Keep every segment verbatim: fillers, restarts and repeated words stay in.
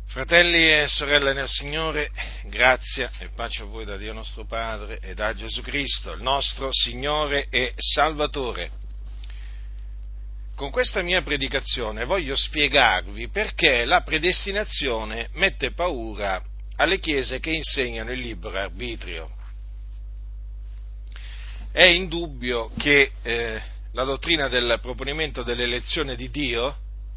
Fratelli e sorelle nel Signore, grazia e pace a voi da Dio nostro Padre e da Gesù Cristo, il nostro Signore e Salvatore. Con questa mia predicazione voglio spiegarvi perché la predestinazione mette paura alle chiese che insegnano il libero arbitrio. È indubbio che eh, la dottrina del proponimento dell'elezione di Dio,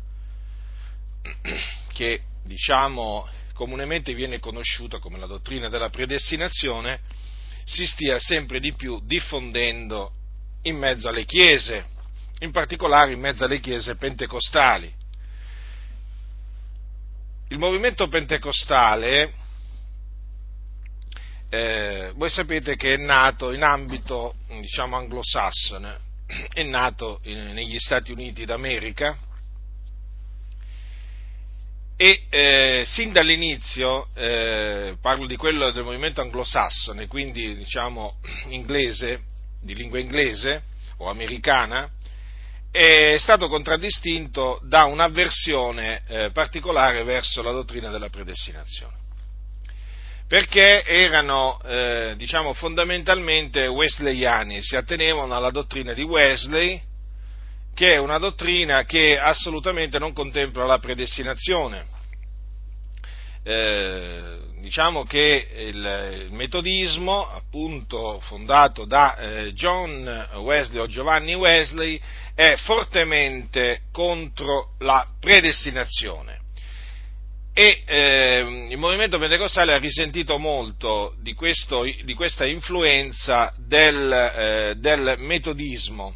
che diciamo comunemente viene conosciuta come la dottrina della predestinazione, si stia sempre di più diffondendo in mezzo alle chiese, in particolare in mezzo alle chiese pentecostali. Il movimento pentecostale, eh, voi sapete che è nato in ambito, diciamo, anglosassone, è nato in, negli Stati Uniti d'America, e eh, sin dall'inizio, eh, parlo di quello del movimento anglosassone, quindi diciamo inglese, di lingua inglese o americana, è stato contraddistinto da un'avversione eh, particolare verso la dottrina della predestinazione, perché erano eh, diciamo fondamentalmente wesleyani, si attenevano alla dottrina di Wesley, che è una dottrina che assolutamente non contempla la predestinazione. Eh, diciamo che il, il metodismo, appunto fondato da eh, John Wesley o Giovanni Wesley, è fortemente contro la predestinazione. E eh, il movimento pentecostale ha risentito molto di, questo, di questa influenza del, eh, del metodismo.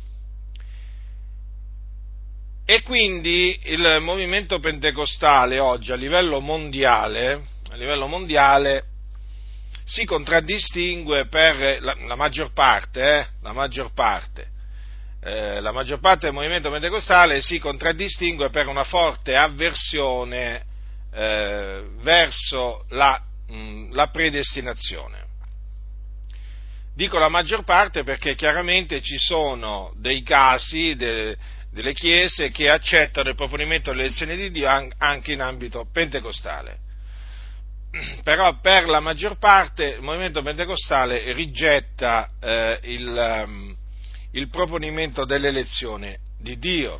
E quindi il movimento pentecostale oggi a livello mondiale, a livello mondiale si contraddistingue per la, la maggior parte, eh, la maggior parte, eh, la maggior parte del movimento pentecostale si contraddistingue per una forte avversione eh, verso la, mh, la predestinazione. Dico la maggior parte perché chiaramente ci sono dei casi de, delle chiese che accettano il proponimento dell'elezione di Dio anche in ambito pentecostale. Però per la maggior parte il movimento pentecostale rigetta eh, il, um, il proponimento dell'elezione di Dio.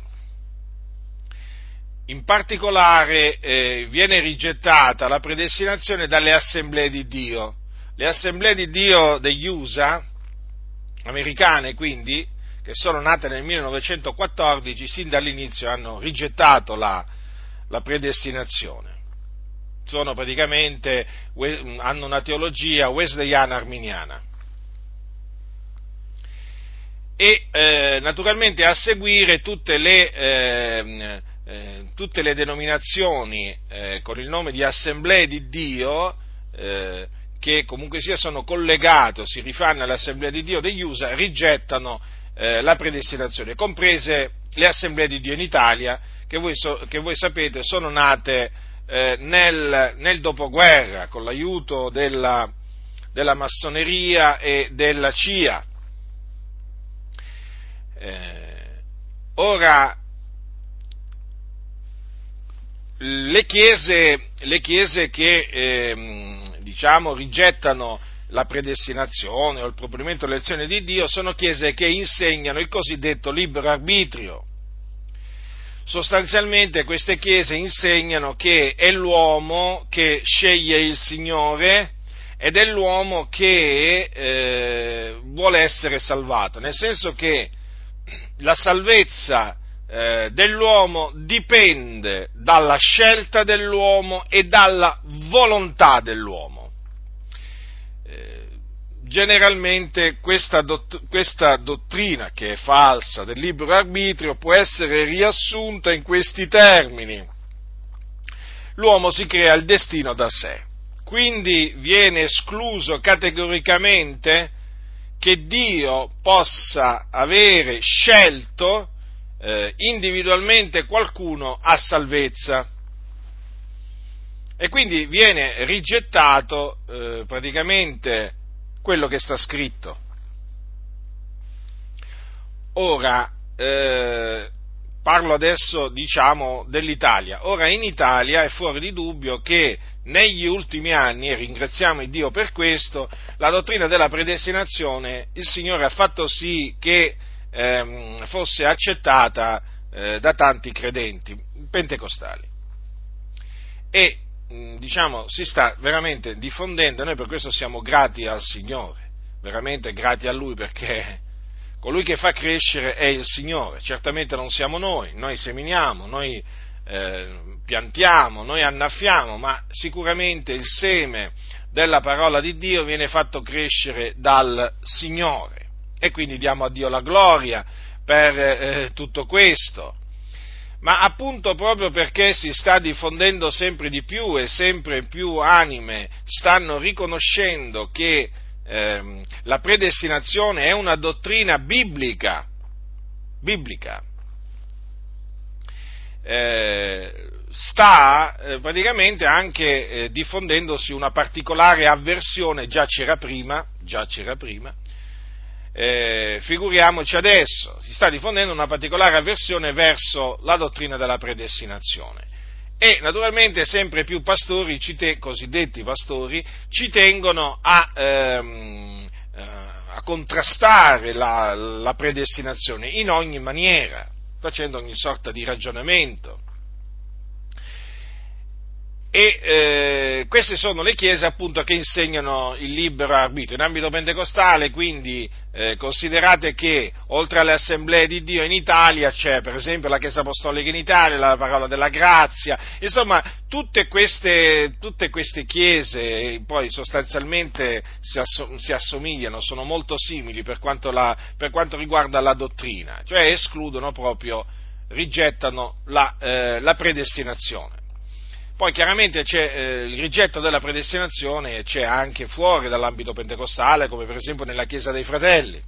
In particolare eh, viene rigettata la predestinazione dalle assemblee di Dio. Le assemblee di Dio degli U S A, americane quindi, che sono nate nel millenovecentoquattordici, sin dall'inizio hanno rigettato la, la predestinazione. Sono praticamente, hanno una teologia wesleyana arminiana. E eh, naturalmente a seguire tutte le, eh, eh, tutte le denominazioni eh, con il nome di Assemblee di Dio, eh, che comunque sia sono collegate o si rifanno all'Assemblea di Dio degli U S A, rigettano eh, la predestinazione, comprese le Assemblee di Dio in Italia, che voi, so, che voi sapete sono nate eh, nel, nel dopoguerra con l'aiuto della, della massoneria e della C I A. Eh, ora, le chiese, le chiese che eh, diciamo rigettano la predestinazione o il proponimento dell'elezione di Dio sono chiese che insegnano il cosiddetto libero arbitrio. Sostanzialmente queste chiese insegnano che è l'uomo che sceglie il Signore ed è l'uomo che eh, vuole essere salvato, nel senso che la salvezza eh, dell'uomo dipende dalla scelta dell'uomo e dalla volontà dell'uomo. Eh, generalmente questa, dott- questa dottrina, che è falsa, del libero arbitrio, può essere riassunta in questi termini: l'uomo si crea il destino da sé, quindi viene escluso categoricamente che Dio possa avere scelto eh, individualmente qualcuno a salvezza, e quindi viene rigettato eh, praticamente quello che sta scritto. Ora, eh, parlo adesso, diciamo, dell'Italia. Ora, in Italia è fuori di dubbio che negli ultimi anni, e ringraziamo il Dio per questo, la dottrina della predestinazione, il Signore ha fatto sì che ehm, fosse accettata eh, da tanti credenti pentecostali. E, mh, diciamo, si sta veramente diffondendo, noi per questo siamo grati al Signore, veramente grati a Lui, perché colui che fa crescere è il Signore, certamente non siamo noi, noi seminiamo, noi eh, piantiamo, noi annaffiamo, ma sicuramente il seme della parola di Dio viene fatto crescere dal Signore, e quindi diamo a Dio la gloria per eh, tutto questo. Ma appunto proprio perché si sta diffondendo sempre di più e sempre più anime stanno riconoscendo che ehm, la predestinazione è una dottrina biblica, biblica, eh, sta eh, praticamente anche eh, diffondendosi una particolare avversione, già c'era prima, già c'era prima, Eh, figuriamoci adesso, si sta diffondendo una particolare avversione verso la dottrina della predestinazione, e naturalmente sempre più pastori, ci te, cosiddetti pastori, ci tengono a, ehm, a contrastare la, la predestinazione in ogni maniera, facendo ogni sorta di ragionamento. E eh, queste sono le chiese appunto che insegnano il libero arbitrio. In ambito pentecostale, quindi, eh, considerate che oltre alle assemblee di Dio in Italia c'è per esempio la Chiesa Apostolica in Italia, la Parola della Grazia, insomma tutte queste, tutte queste chiese poi sostanzialmente si, asso- si assomigliano, sono molto simili per quanto, la, per quanto riguarda la dottrina, cioè escludono proprio, rigettano la, eh, la predestinazione. Poi chiaramente c'è eh, il rigetto della predestinazione, c'è anche fuori dall'ambito pentecostale, come per esempio nella Chiesa dei Fratelli.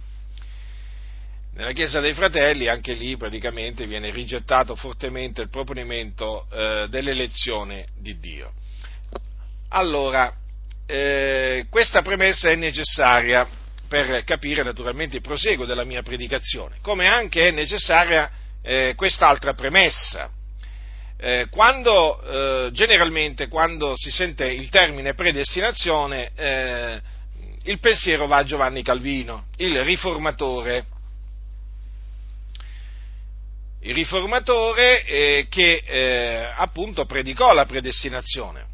Nella Chiesa dei Fratelli, anche lì praticamente viene rigettato fortemente il proponimento eh, dell'elezione di Dio. Allora, eh, questa premessa è necessaria per capire naturalmente il proseguo della mia predicazione, come anche è necessaria eh, quest'altra premessa. Eh, quando, eh, generalmente, quando si sente il termine predestinazione, eh, il pensiero va a Giovanni Calvino, il riformatore, il riformatore eh, che eh, appunto predicò la predestinazione.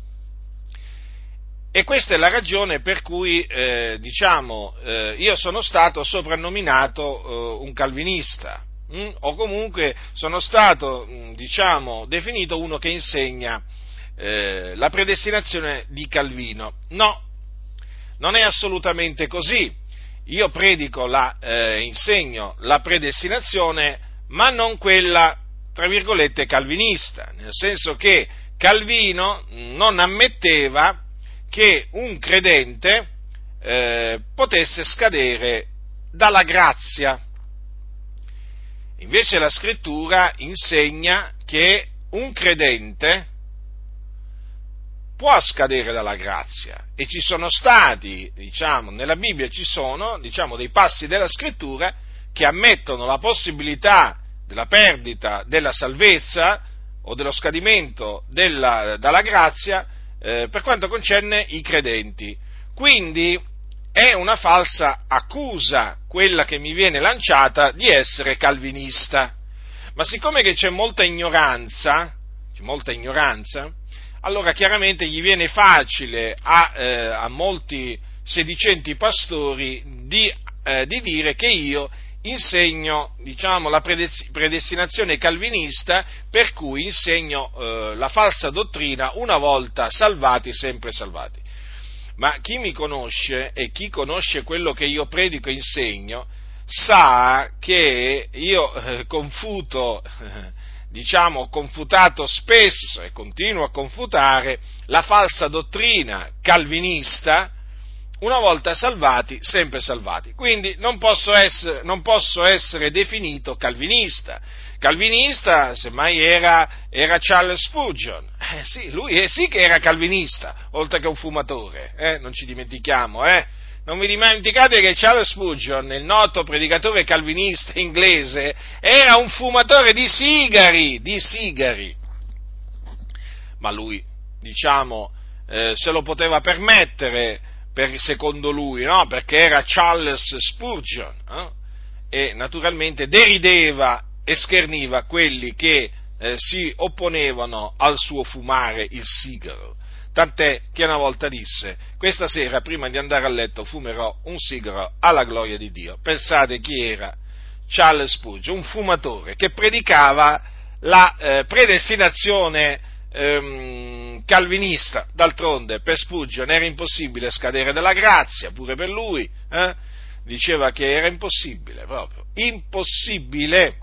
E questa è la ragione per cui, eh, diciamo, eh, io sono stato soprannominato eh, un calvinista. Mm? O comunque sono stato, diciamo, definito uno che insegna eh, la predestinazione di Calvino. No, non è assolutamente così. Io predico la, eh, insegno la predestinazione, ma non quella, tra virgolette, calvinista, nel senso che Calvino non ammetteva che un credente eh, potesse scadere dalla grazia. Invece la Scrittura insegna che un credente può scadere dalla grazia, e ci sono stati, diciamo, nella Bibbia ci sono, diciamo, dei passi della Scrittura che ammettono la possibilità della perdita della salvezza o dello scadimento della, dalla grazia eh, per quanto concerne i credenti. Quindi è una falsa accusa quella che mi viene lanciata di essere calvinista, ma siccome che c'è molta ignoranza, c'è molta ignoranza, allora chiaramente gli viene facile a, eh, a molti sedicenti pastori di, eh, di dire che io insegno, diciamo, la predestinazione calvinista, per cui insegno eh, la falsa dottrina, una volta salvati, sempre salvati. Ma chi mi conosce e chi conosce quello che io predico e insegno sa che io eh, confuto, eh, diciamo, ho confutato spesso e continuo a confutare la falsa dottrina calvinista, una volta salvati, sempre salvati. Quindi non posso essere, non posso essere definito calvinista. Calvinista, semmai, era, era Charles Spurgeon. Eh, sì, lui eh, sì che era calvinista, oltre che un fumatore, eh, non ci dimentichiamo, eh. non vi dimenticate che Charles Spurgeon, il noto predicatore calvinista inglese, era un fumatore di sigari, di sigari. Ma lui, diciamo, eh, se lo poteva permettere, per, secondo lui, no? Perché era Charles Spurgeon, no? E naturalmente derideva e scherniva quelli che eh, si opponevano al suo fumare il sigaro. Tant'è che una volta disse: questa sera prima di andare a letto fumerò un sigaro alla gloria di Dio. Pensate chi era Charles Spurgeon, un fumatore che predicava la eh, predestinazione ehm, calvinista. D'altronde per Spurgeon era impossibile scadere dalla grazia, pure per lui, eh? Diceva che era impossibile, proprio impossibile.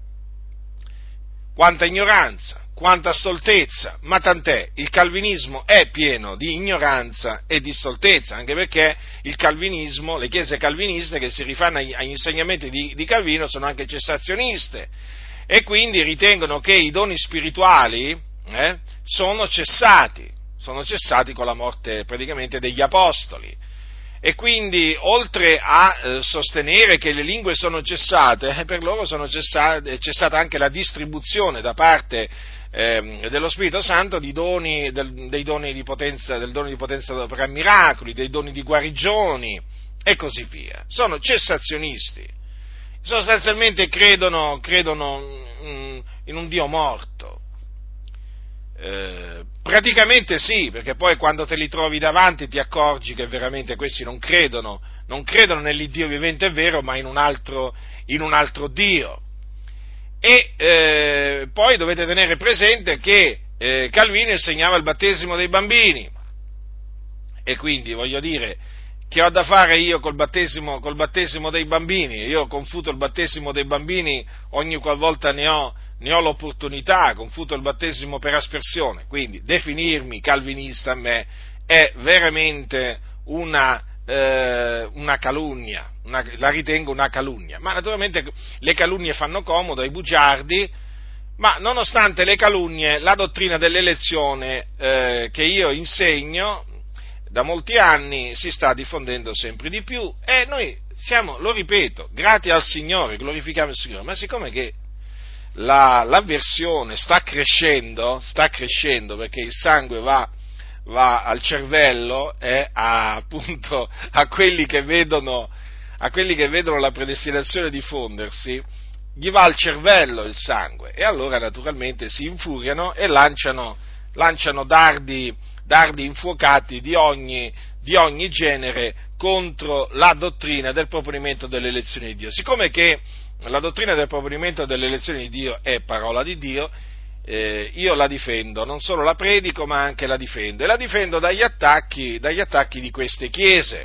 Quanta ignoranza, quanta stoltezza, ma tant'è, il calvinismo è pieno di ignoranza e di stoltezza, anche perché il calvinismo, le chiese calviniste che si rifanno agli, agli insegnamenti di, di Calvino sono anche cessazioniste e quindi ritengono che i doni spirituali eh, sono cessati, sono cessati con la morte praticamente degli apostoli. E quindi, oltre a eh, sostenere che le lingue sono cessate, eh, per loro sono cessate, è cessata anche la distribuzione da parte eh, dello Spirito Santo di doni, del, dei doni di potenza, del dono di potenza per miracoli, dei doni di guarigioni e così via. Sono cessazionisti. Sostanzialmente credono, credono mm, in un Dio morto. Eh, praticamente sì, perché poi quando te li trovi davanti ti accorgi che veramente questi non credono, non credono nell'Iddio vivente e vero, ma in un altro, in un altro Dio. E eh, poi dovete tenere presente che eh, Calvino insegnava il battesimo dei bambini, e quindi voglio dire, che ho da fare io col battesimo, col battesimo dei bambini? Io confuto il battesimo dei bambini ogni qualvolta ne ho, ne ho l'opportunità, confuto il battesimo per aspersione, quindi definirmi calvinista a me è veramente una, eh, una calunnia, una, la ritengo una calunnia, ma naturalmente le calunnie fanno comodo ai bugiardi, ma nonostante le calunnie, la dottrina dell'elezione eh, che io insegno da molti anni si sta diffondendo sempre di più e noi siamo, lo ripeto, grati al Signore, glorifichiamo il Signore, ma siccome che la, l'avversione sta crescendo, sta crescendo perché il sangue va, va al cervello e a, appunto a quelli che vedono, a quelli che vedono la predestinazione diffondersi, gli va al cervello il sangue e allora naturalmente si infuriano e lanciano, lanciano dardi dardi infuocati di ogni, di ogni genere contro la dottrina del proponimento dell'elezione di Dio. Siccome che la dottrina del proponimento dell'elezione di Dio è parola di Dio, eh, io la difendo, non solo la predico ma anche la difendo, e la difendo dagli attacchi, dagli attacchi di queste chiese.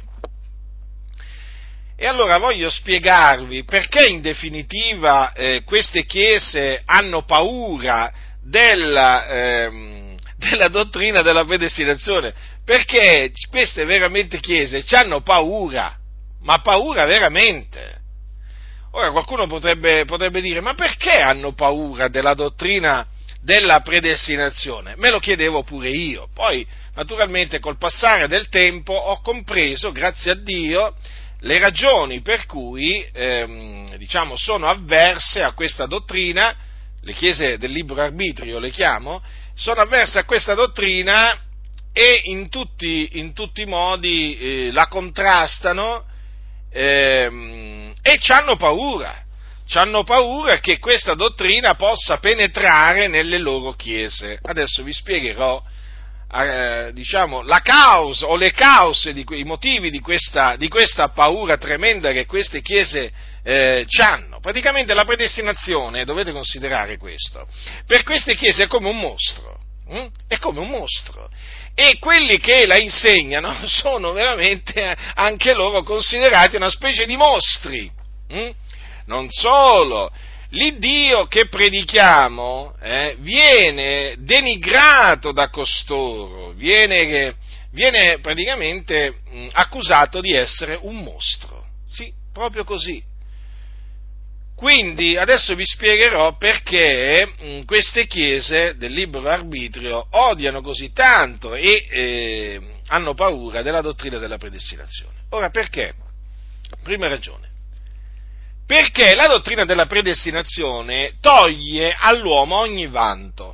E allora voglio spiegarvi perché in definitiva eh, queste chiese hanno paura della... Ehm, della dottrina della predestinazione, perché queste veramente chiese hanno paura, ma paura veramente. Ora qualcuno potrebbe, potrebbe dire, ma perché hanno paura della dottrina della predestinazione? Me lo chiedevo pure io, poi naturalmente col passare del tempo ho compreso, grazie a Dio, le ragioni per cui ehm, diciamo sono avverse a questa dottrina, le chiese del libero arbitrio le chiamo, sono avverse a questa dottrina e in tutti, in tutti i modi eh, la contrastano ehm, e c'hanno paura, c'hanno paura che questa dottrina possa penetrare nelle loro chiese. Adesso vi spiegherò eh, diciamo, la causa o le cause, di, i motivi di questa, di questa paura tremenda che queste chiese eh, c'hanno. Praticamente la predestinazione, dovete considerare questo, per queste chiese è come un mostro, hm? è come un mostro, e quelli che la insegnano sono veramente anche loro considerati una specie di mostri. Hm? Non solo, l'Iddio che predichiamo eh, viene denigrato da costoro, viene, viene praticamente mh, accusato di essere un mostro, sì, proprio così. Quindi adesso vi spiegherò perché mh, queste chiese del libero arbitrio odiano così tanto e, eh, hanno paura della dottrina della predestinazione. Ora, perché? Prima ragione. Perché la dottrina della predestinazione toglie all'uomo ogni vanto.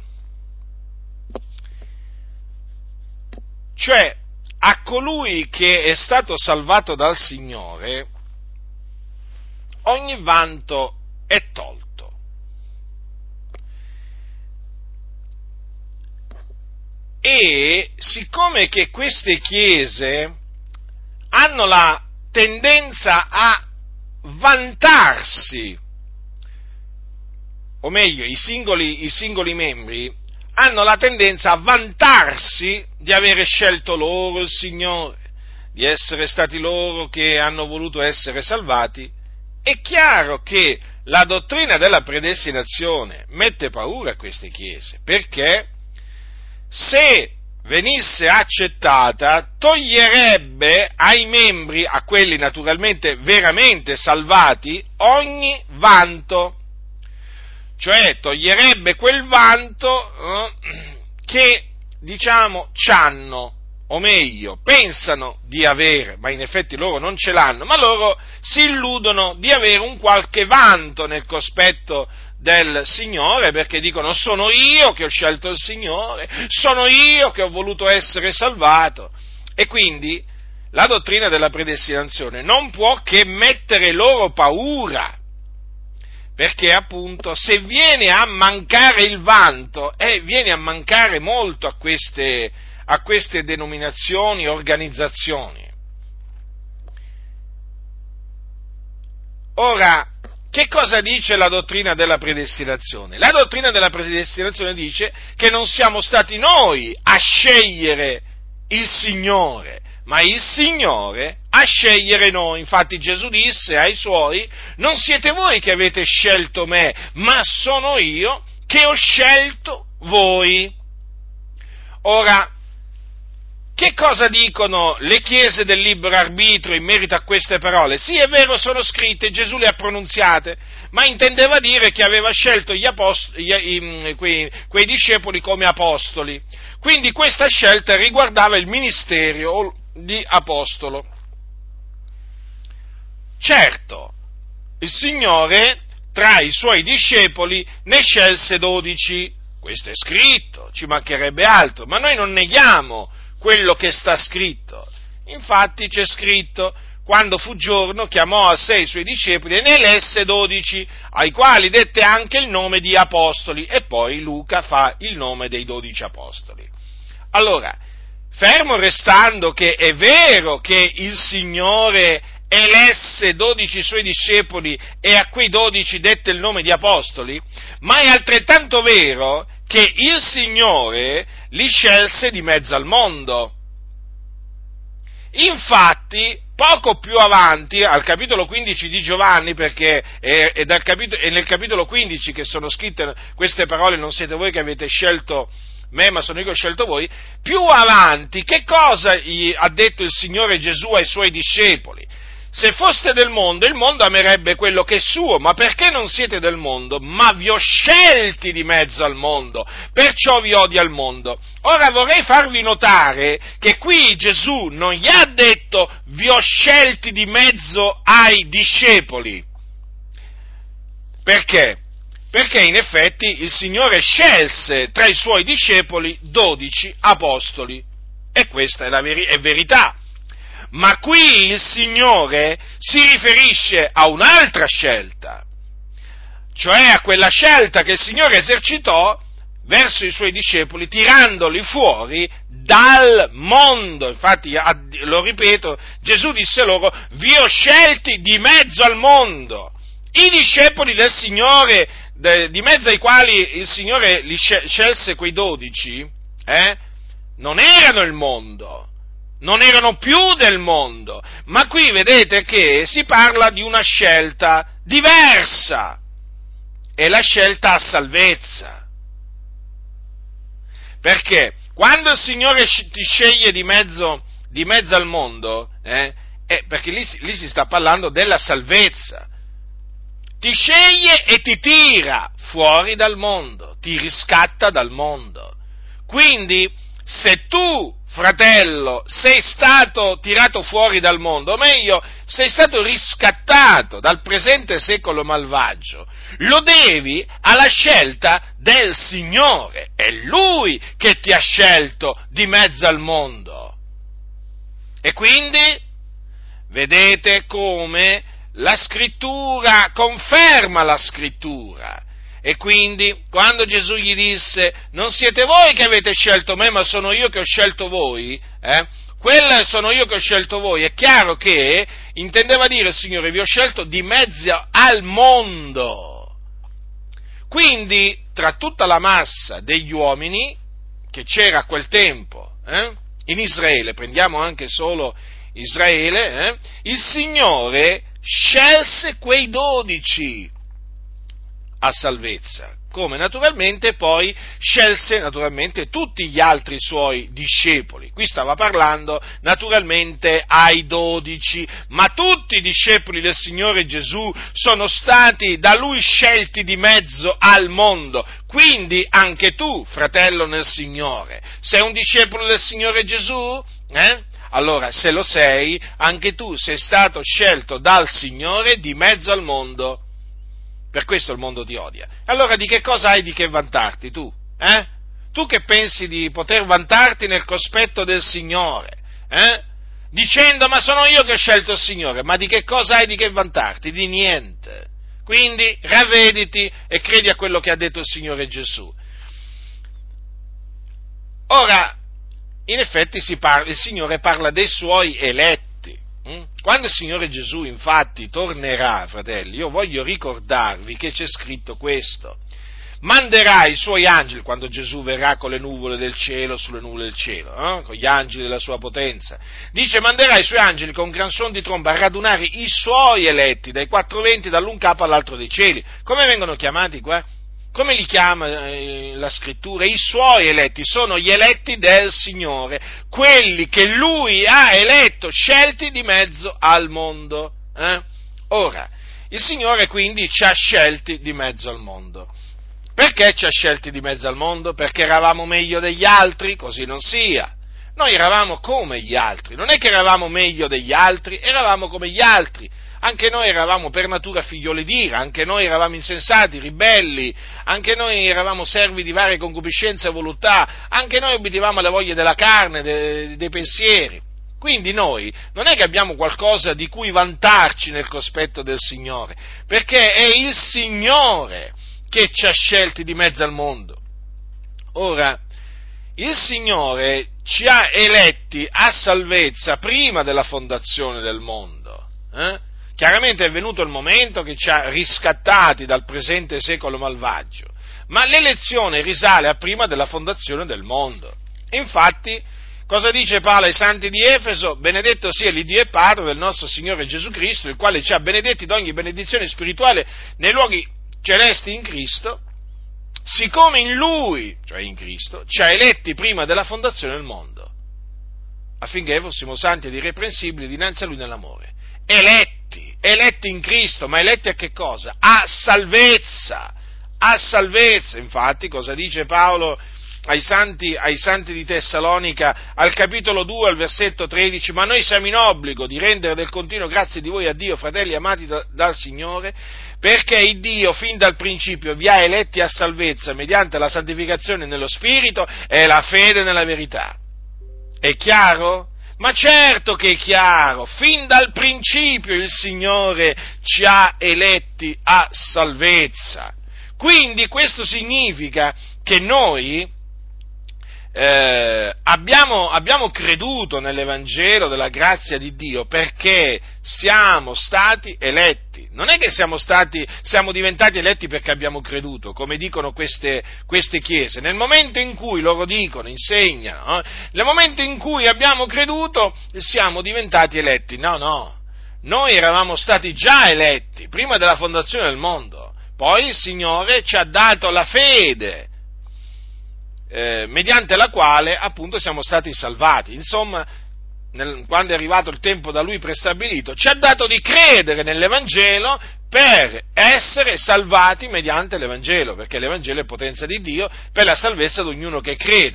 Cioè, a colui che è stato salvato dal Signore, ogni vanto è tolto. E siccome che queste chiese hanno la tendenza a vantarsi, o meglio, i singoli, i singoli membri hanno la tendenza a vantarsi di avere scelto loro il Signore, di essere stati loro che hanno voluto essere salvati, è chiaro che la dottrina della predestinazione mette paura a queste chiese, perché se venisse accettata, toglierebbe ai membri, a quelli naturalmente veramente salvati, ogni vanto. Cioè toglierebbe quel vanto eh, che, diciamo, c'hanno, o meglio, pensano di avere, ma in effetti loro non ce l'hanno, ma loro si illudono di avere un qualche vanto nel cospetto del Signore, perché dicono: sono io che ho scelto il Signore, sono io che ho voluto essere salvato. E quindi la dottrina della predestinazione non può che mettere loro paura, perché appunto se viene a mancare il vanto, eh, viene a mancare molto a queste, a queste denominazioni, organizzazioni. Ora, che cosa dice la dottrina della predestinazione? La dottrina della predestinazione dice che non siamo stati noi a scegliere il Signore, ma il Signore a scegliere noi. Infatti Gesù disse ai Suoi: non siete voi che avete scelto me, ma sono io che ho scelto voi. Ora, che cosa dicono le chiese del libero arbitrio in merito a queste parole? Sì, è vero, sono scritte, Gesù le ha pronunziate, ma intendeva dire che aveva scelto gli apost- gli, i, quei, quei discepoli come apostoli. Quindi questa scelta riguardava il ministero di apostolo. Certo, il Signore tra i Suoi discepoli ne scelse dodici, questo è scritto, ci mancherebbe altro, ma noi non neghiamo quello che sta scritto. Infatti c'è scritto: quando fu giorno chiamò a sé i Suoi discepoli e ne elesse dodici, ai quali dette anche il nome di apostoli, e poi Luca fa il nome dei dodici apostoli. Allora, fermo restando che è vero che il Signore elesse dodici Suoi discepoli e a quei dodici dette il nome di apostoli, ma è altrettanto vero che il Signore li scelse di mezzo al mondo. Infatti, poco più avanti, al capitolo quindici di Giovanni, perché è, è, dal capitolo, è nel capitolo quindici che sono scritte queste parole: non siete voi che avete scelto me, ma sono io che ho scelto voi, più avanti, che cosa gli ha detto il Signore Gesù ai Suoi discepoli? Se foste del mondo, il mondo amerebbe quello che è suo, ma perché non siete del mondo, ma vi ho scelti di mezzo al mondo, perciò vi odia il mondo. Ora vorrei farvi notare che qui Gesù non gli ha detto: vi ho scelti di mezzo ai discepoli. Perché? Perché in effetti il Signore scelse tra i Suoi discepoli dodici apostoli, e questa è la veri- è verità. Ma qui il Signore si riferisce a un'altra scelta, cioè a quella scelta che il Signore esercitò verso i Suoi discepoli, tirandoli fuori dal mondo. Infatti, lo ripeto, Gesù disse loro: vi ho scelti di mezzo al mondo. I discepoli del Signore, di mezzo ai quali il Signore li scelse quei dodici, eh, non erano il mondo, non erano più del mondo, ma qui vedete che si parla di una scelta diversa, è la scelta a salvezza. Perché quando il Signore ti sceglie di mezzo, di mezzo al mondo, eh, è perché lì, lì si sta parlando della salvezza. Ti sceglie e ti tira fuori dal mondo, ti riscatta dal mondo. Quindi, se tu fratello, sei stato tirato fuori dal mondo, o meglio, sei stato riscattato dal presente secolo malvagio, lo devi alla scelta del Signore. È Lui che ti ha scelto di mezzo al mondo. E quindi vedete come la Scrittura conferma la Scrittura. E quindi, quando Gesù gli disse, non siete voi che avete scelto me, ma sono io che ho scelto voi, eh? Quella sono io che ho scelto voi, è chiaro che intendeva dire, Signore, vi ho scelto di mezzo al mondo. Quindi, tra tutta la massa degli uomini che c'era a quel tempo, eh? in Israele, prendiamo anche solo Israele, eh? il Signore scelse quei dodici a salvezza, come naturalmente poi scelse naturalmente tutti gli altri suoi discepoli. Qui stava parlando naturalmente ai dodici, ma tutti i discepoli del Signore Gesù sono stati da Lui scelti di mezzo al mondo. Quindi anche tu, fratello nel Signore, sei un discepolo del Signore Gesù? Eh? Allora, se lo sei, anche tu sei stato scelto dal Signore di mezzo al mondo. Per questo il mondo ti odia. Allora di che cosa hai di che vantarti tu? Eh? Tu che pensi di poter vantarti nel cospetto del Signore? Eh? Dicendo, ma sono io che ho scelto il Signore. Ma di che cosa hai di che vantarti? Di niente. Quindi ravvediti e credi a quello che ha detto il Signore Gesù. Ora, in effetti si parla, il Signore parla dei Suoi eletti. Quando il Signore Gesù infatti tornerà, fratelli, io voglio ricordarvi che c'è scritto questo: manderà i Suoi angeli, quando Gesù verrà con le nuvole del cielo, sulle nuvole del cielo, eh? con gli angeli della sua potenza, dice manderà i Suoi angeli con gran suono di tromba a radunare i Suoi eletti dai quattro venti, dall'un capo all'altro dei cieli. Come vengono chiamati qua? Come li chiama eh, la Scrittura? I Suoi eletti, sono gli eletti del Signore, quelli che Lui ha eletto, scelti di mezzo al mondo. Eh? Ora, il Signore quindi ci ha scelti di mezzo al mondo. Perché ci ha scelti di mezzo al mondo? Perché eravamo meglio degli altri? Così non sia. Noi eravamo come gli altri, non è che eravamo meglio degli altri, eravamo come gli altri. Anche noi eravamo per natura figlioli d'ira, anche noi eravamo insensati, ribelli, anche noi eravamo servi di varie concupiscenze e voluttà, anche noi obbedivamo alle voglie della carne, de, dei pensieri. Quindi noi non è che abbiamo qualcosa di cui vantarci nel cospetto del Signore, perché è il Signore che ci ha scelti di mezzo al mondo. Ora, il Signore ci ha eletti a salvezza prima della fondazione del mondo, eh? Chiaramente è venuto il momento che ci ha riscattati dal presente secolo malvagio, ma l'elezione risale a prima della fondazione del mondo. Infatti, cosa dice Paolo ai santi di Efeso? Benedetto sia l'Iddio e Padre del nostro Signore Gesù Cristo, il quale ci ha benedetti d'ogni benedizione spirituale nei luoghi celesti in Cristo, siccome in Lui, cioè in Cristo, ci ha eletti prima della fondazione del mondo, affinché fossimo santi ed irreprensibili dinanzi a Lui nell'amore. Eletti, eletti in Cristo, ma eletti a che cosa? A salvezza, a salvezza. Infatti, cosa dice Paolo ai santi, ai santi di Tessalonica, al capitolo due, al versetto tredici? Ma noi siamo in obbligo di rendere del continuo grazie di voi a Dio, fratelli amati da, dal Signore, perché il Dio fin dal principio vi ha eletti a salvezza mediante la santificazione nello Spirito e la fede nella verità. È chiaro? Ma certo che è chiaro, fin dal principio il Signore ci ha eletti a salvezza. Quindi questo significa che noi eh, abbiamo, abbiamo creduto nell'Evangelo della grazia di Dio perché siamo stati eletti. Non è che siamo stati, siamo diventati eletti perché abbiamo creduto, come dicono queste, queste chiese. Nel momento in cui loro dicono, insegnano, eh, nel momento in cui abbiamo creduto siamo diventati eletti. No, no, noi eravamo stati già eletti prima della fondazione del mondo. Poi il Signore ci ha dato la fede, eh, mediante la quale appunto siamo stati salvati. Insomma, nel, quando è arrivato il tempo da Lui prestabilito, ci ha dato di credere nell'Evangelo per essere salvati mediante l'Evangelo, perché l'Evangelo è potenza di Dio per la salvezza di ognuno che crede.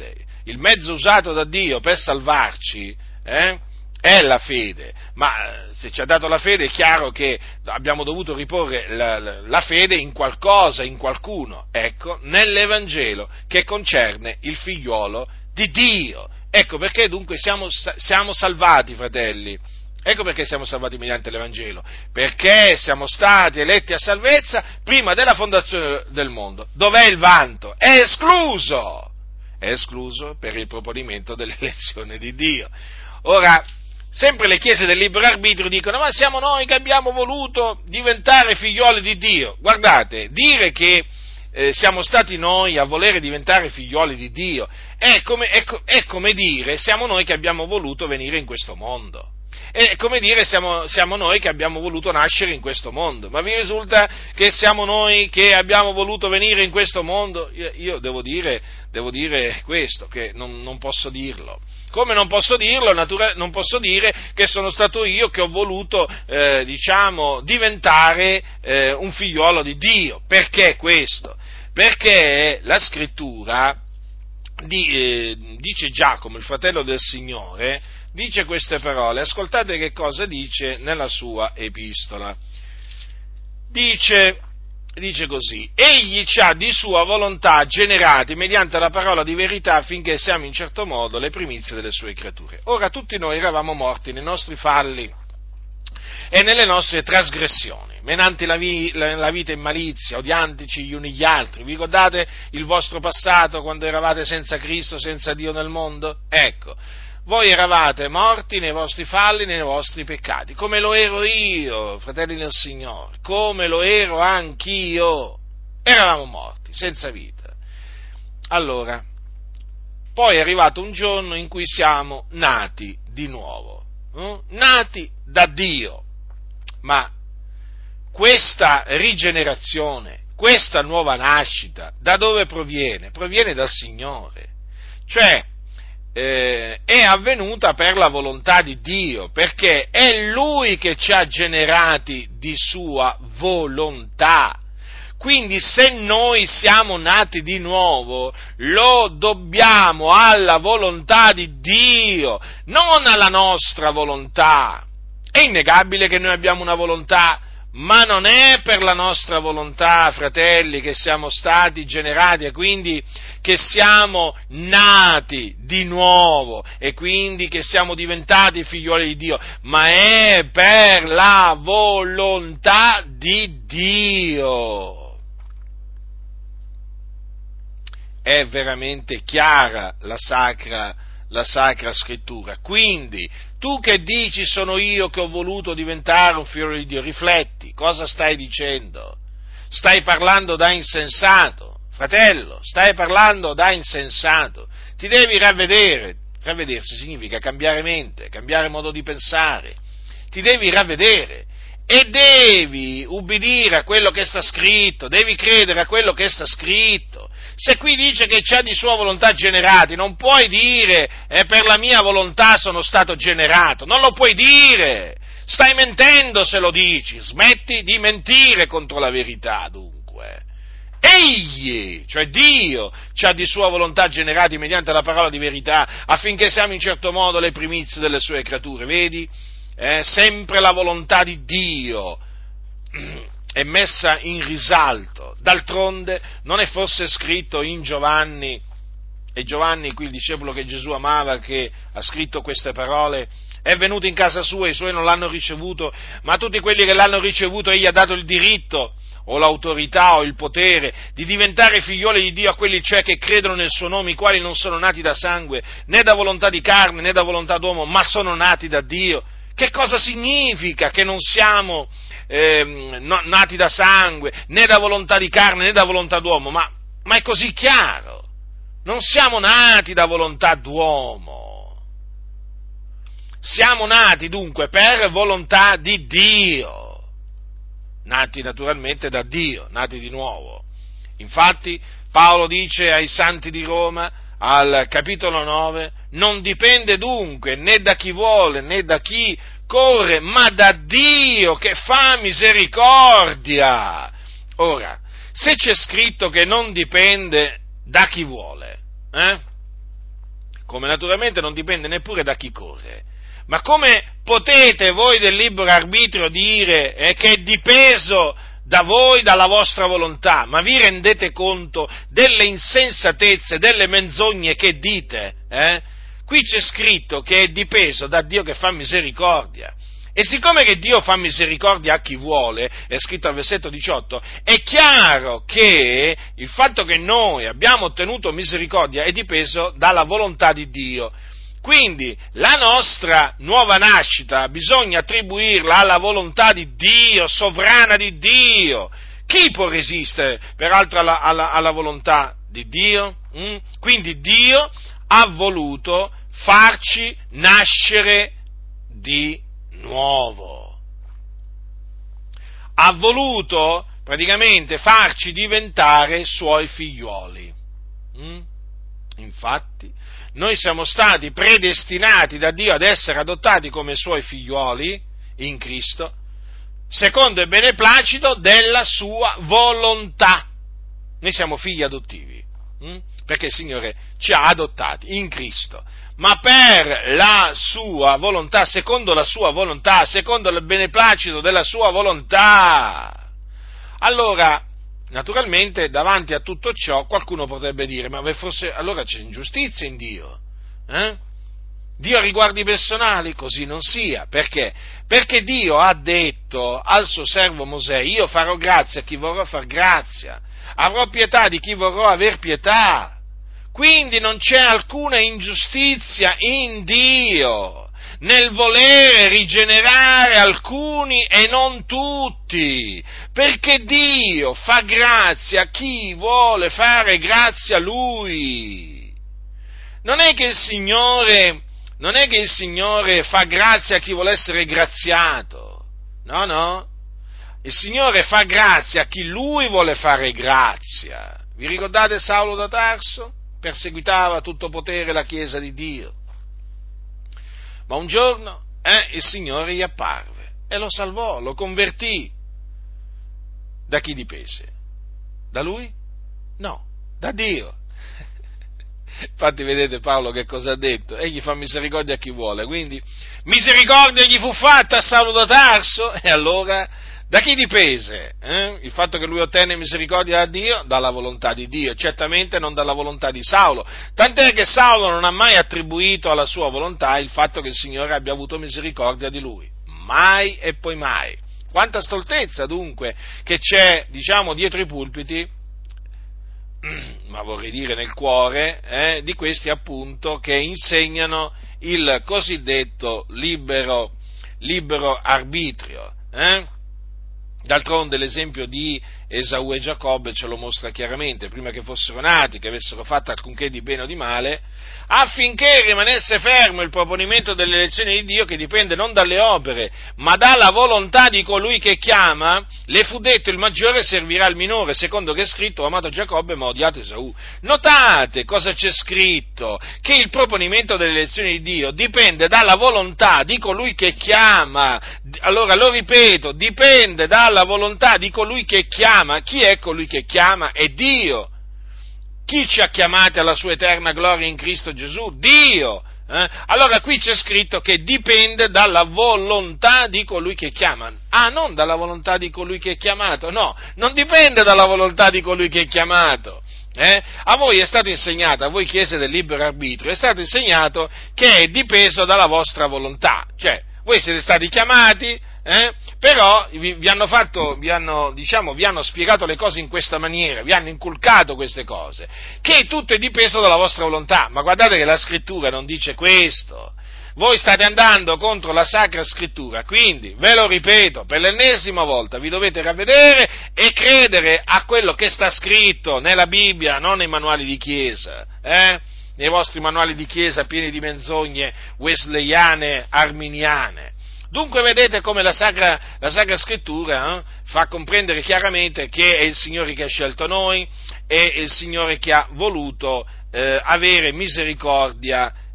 il mezzo usato da Dio per salvarci, eh, è la fede, ma se ci ha dato la fede è chiaro che abbiamo dovuto riporre la, la, la fede in qualcosa, in qualcuno, ecco, nell'Evangelo che concerne il figliuolo di Dio. Ecco perché dunque siamo, siamo salvati, fratelli. Ecco perché siamo salvati mediante l'Evangelo, perché siamo stati eletti a salvezza prima della fondazione del mondo. Dov'è il vanto? È escluso! È escluso per il proponimento dell'elezione di Dio. Ora, sempre le chiese del libero arbitrio dicono: ma siamo noi che abbiamo voluto diventare figlioli di Dio. Guardate, dire che eh, siamo stati noi a volere diventare figlioli di Dio è come, è, è come dire siamo noi che abbiamo voluto venire in questo mondo. È come dire siamo, siamo noi che abbiamo voluto nascere in questo mondo. Ma vi risulta che siamo noi che abbiamo voluto venire in questo mondo? Io, io devo dire, devo dire questo, che non, non posso dirlo. Come non posso dirlo, natura, non posso dire che sono stato io che ho voluto, eh, diciamo, diventare eh, un figliuolo di Dio. Perché questo? Perché la Scrittura di, eh, dice Giacomo, il fratello del Signore, dice queste parole. Ascoltate che cosa dice nella sua epistola. Dice, dice così: egli ci ha di sua volontà generati mediante la parola di verità affinché siamo in certo modo le primizie delle sue creature. Ora tutti noi eravamo morti nei nostri falli e nelle nostre trasgressioni, menanti la, vi, la, la vita in malizia, odiantici gli uni gli altri. Vi ricordate il vostro passato quando eravate senza Cristo, senza Dio nel mondo? Ecco, voi eravate morti nei vostri falli, nei vostri peccati, come lo ero io, fratelli del Signore, come lo ero anch'io. Eravamo morti, senza vita. Allora, poi è arrivato un giorno in cui siamo nati di nuovo, eh? nati da Dio. Ma questa rigenerazione, questa nuova nascita, da dove proviene? Proviene dal Signore. Cioè, Eh, è avvenuta per la volontà di Dio, perché è Lui che ci ha generati di sua volontà. Quindi se noi siamo nati di nuovo, lo dobbiamo alla volontà di Dio, non alla nostra volontà. È innegabile che noi abbiamo una volontà, ma non è per la nostra volontà, fratelli, che siamo stati generati e quindi che siamo nati di nuovo e quindi che siamo diventati figlioli di Dio, ma è per la volontà di Dio. È veramente chiara la sacra, la sacra scrittura. Quindi, tu che dici sono io che ho voluto diventare un figlio di Dio, rifletti, cosa stai dicendo? Stai parlando da insensato, fratello, stai parlando da insensato, ti devi ravvedere. Ravvedersi significa cambiare mente, cambiare modo di pensare, ti devi ravvedere e devi ubbidire a quello che sta scritto, devi credere a quello che sta scritto. Se qui dice che c'ha di sua volontà generati, non puoi dire eh, per la mia volontà sono stato generato, non lo puoi dire, stai mentendo se lo dici, smetti di mentire contro la verità dunque. Egli, cioè Dio, ci ha di sua volontà generati mediante la parola di verità affinché siamo in certo modo le primizie delle sue creature, vedi? Eh, sempre la volontà di Dio è messa in risalto. D'altronde non è forse scritto in Giovanni, e Giovanni, qui il discepolo che Gesù amava, che ha scritto queste parole: è venuto in casa sua, i suoi non l'hanno ricevuto, ma a tutti quelli che l'hanno ricevuto egli ha dato il diritto, o l'autorità, o il potere, di diventare figlioli di Dio, a quelli cioè che credono nel suo nome, i quali non sono nati da sangue, né da volontà di carne, né da volontà d'uomo, ma sono nati da Dio. Che cosa significa che non siamo eh, no, nati da sangue, né da volontà di carne, né da volontà d'uomo? Ma, ma è così chiaro. Non siamo nati da volontà d'uomo. Siamo nati dunque per volontà di Dio. Nati naturalmente da Dio, nati di nuovo. Infatti Paolo dice ai santi di Roma, al capitolo nove, non dipende dunque né da chi vuole né da chi corre, ma da Dio che fa misericordia. Ora, se c'è scritto che non dipende da chi vuole, eh? come naturalmente non dipende neppure da chi corre. Ma come potete voi del libero arbitrio dire eh, che è dipeso da voi, dalla vostra volontà? Ma vi rendete conto delle insensatezze, delle menzogne che dite? Eh? Qui c'è scritto che è dipeso da Dio che fa misericordia. E siccome che Dio fa misericordia a chi vuole, è scritto al versetto diciotto, è chiaro che il fatto che noi abbiamo ottenuto misericordia è dipeso dalla volontà di Dio. Quindi la nostra nuova nascita bisogna attribuirla alla volontà di Dio, sovrana di Dio. Chi può resistere peraltro alla, alla, alla volontà di Dio? Mm? Quindi Dio ha voluto farci nascere di nuovo. Ha voluto praticamente farci diventare suoi figlioli. Mm? Infatti, noi siamo stati predestinati da Dio ad essere adottati come suoi figlioli in Cristo, secondo il beneplacito della sua volontà. Noi siamo figli adottivi, hm? perché il Signore ci ha adottati in Cristo, ma per la sua volontà, secondo la sua volontà, secondo il beneplacito della sua volontà. Allora, naturalmente, davanti a tutto ciò, qualcuno potrebbe dire, ma forse allora c'è ingiustizia in Dio? Eh? Dio ha riguardi personali? Così non sia. Perché? Perché Dio ha detto al suo servo Mosè, io farò grazia a chi vorrò far grazia, avrò pietà di chi vorrò aver pietà. Quindi non c'è alcuna ingiustizia in Dio nel volere rigenerare alcuni e non tutti, perché Dio fa grazia a chi vuole fare grazia a Lui. Non è che il Signore, non è che il Signore fa grazia a chi vuole essere graziato, no, no, il Signore fa grazia a chi Lui vuole fare grazia. Vi ricordate Saulo da Tarso? Perseguitava a tutto potere la Chiesa di Dio. Ma un giorno eh, il Signore gli apparve e lo salvò, lo convertì. Da chi dipese? Da lui? No, da Dio. Infatti vedete Paolo che cosa ha detto? Egli fa misericordia a chi vuole, quindi misericordia gli fu fatta a Saulo da Tarso, e allora da chi dipese? Eh? Il fatto che lui ottenne misericordia da Dio? Dalla volontà di Dio, certamente non dalla volontà di Saulo, tant'è che Saulo non ha mai attribuito alla sua volontà il fatto che il Signore abbia avuto misericordia di lui, mai e poi mai. Quanta stoltezza dunque che c'è, diciamo, dietro i pulpiti, ma vorrei dire nel cuore, eh, di questi appunto che insegnano il cosiddetto libero, libero arbitrio, eh? D'altronde l'esempio di Esau e Giacobbe ce lo mostra chiaramente, prima che fossero nati, che avessero fatto alcunché di bene o di male, affinché rimanesse fermo il proponimento delle elezioni di Dio, che dipende non dalle opere, ma dalla volontà di colui che chiama, le fu detto il maggiore servirà al minore, secondo che è scritto, ho amato Giacobbe ma ho odiato Esau. Notate cosa c'è scritto, che il proponimento delle elezioni di Dio dipende dalla volontà di colui che chiama. Allora lo ripeto, dipende dalla volontà di colui che chiama. Chi è colui che chiama? È Dio. Chi ci ha chiamati alla sua eterna gloria in Cristo Gesù? Dio. Eh? Allora qui c'è scritto che dipende dalla volontà di colui che chiama. Ah, non dalla volontà di colui che è chiamato, no, non dipende dalla volontà di colui che è chiamato. Eh? A voi è stato insegnato, a voi chiese del libero arbitrio, è stato insegnato che è dipeso dalla vostra volontà, cioè voi siete stati chiamati, eh? Però vi, vi hanno fatto, vi hanno, diciamo, vi hanno spiegato le cose in questa maniera, vi hanno inculcato queste cose, che tutto è dipeso dalla vostra volontà, ma guardate che la scrittura non dice questo. Voi state andando contro la Sacra Scrittura, quindi, ve lo ripeto, per l'ennesima volta, vi dovete ravvedere e credere a quello che sta scritto nella Bibbia, non nei manuali di chiesa, eh? Nei vostri manuali di chiesa pieni di menzogne wesleyane, arminiane. Dunque vedete come la Sacra, la Sacra Scrittura eh, fa comprendere chiaramente che è il Signore che ha scelto noi, è il Signore che ha voluto eh, avere misericordia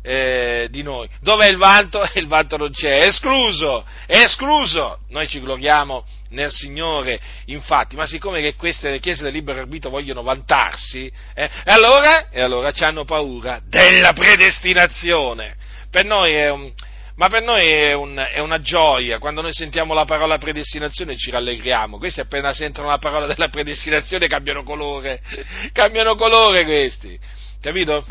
eh, di noi. Dov'è il vanto? Il vanto non c'è, è escluso, è escluso. Noi ci gloriamo nel Signore, infatti, ma siccome che queste chiese del libero arbitrio vogliono vantarsi, eh, e allora, e allora ci hanno paura della predestinazione. Per noi è un, ma per noi è, un, è una gioia, quando noi sentiamo la parola predestinazione ci rallegriamo. Questi appena sentono la parola della predestinazione cambiano colore, cambiano colore questi, capito?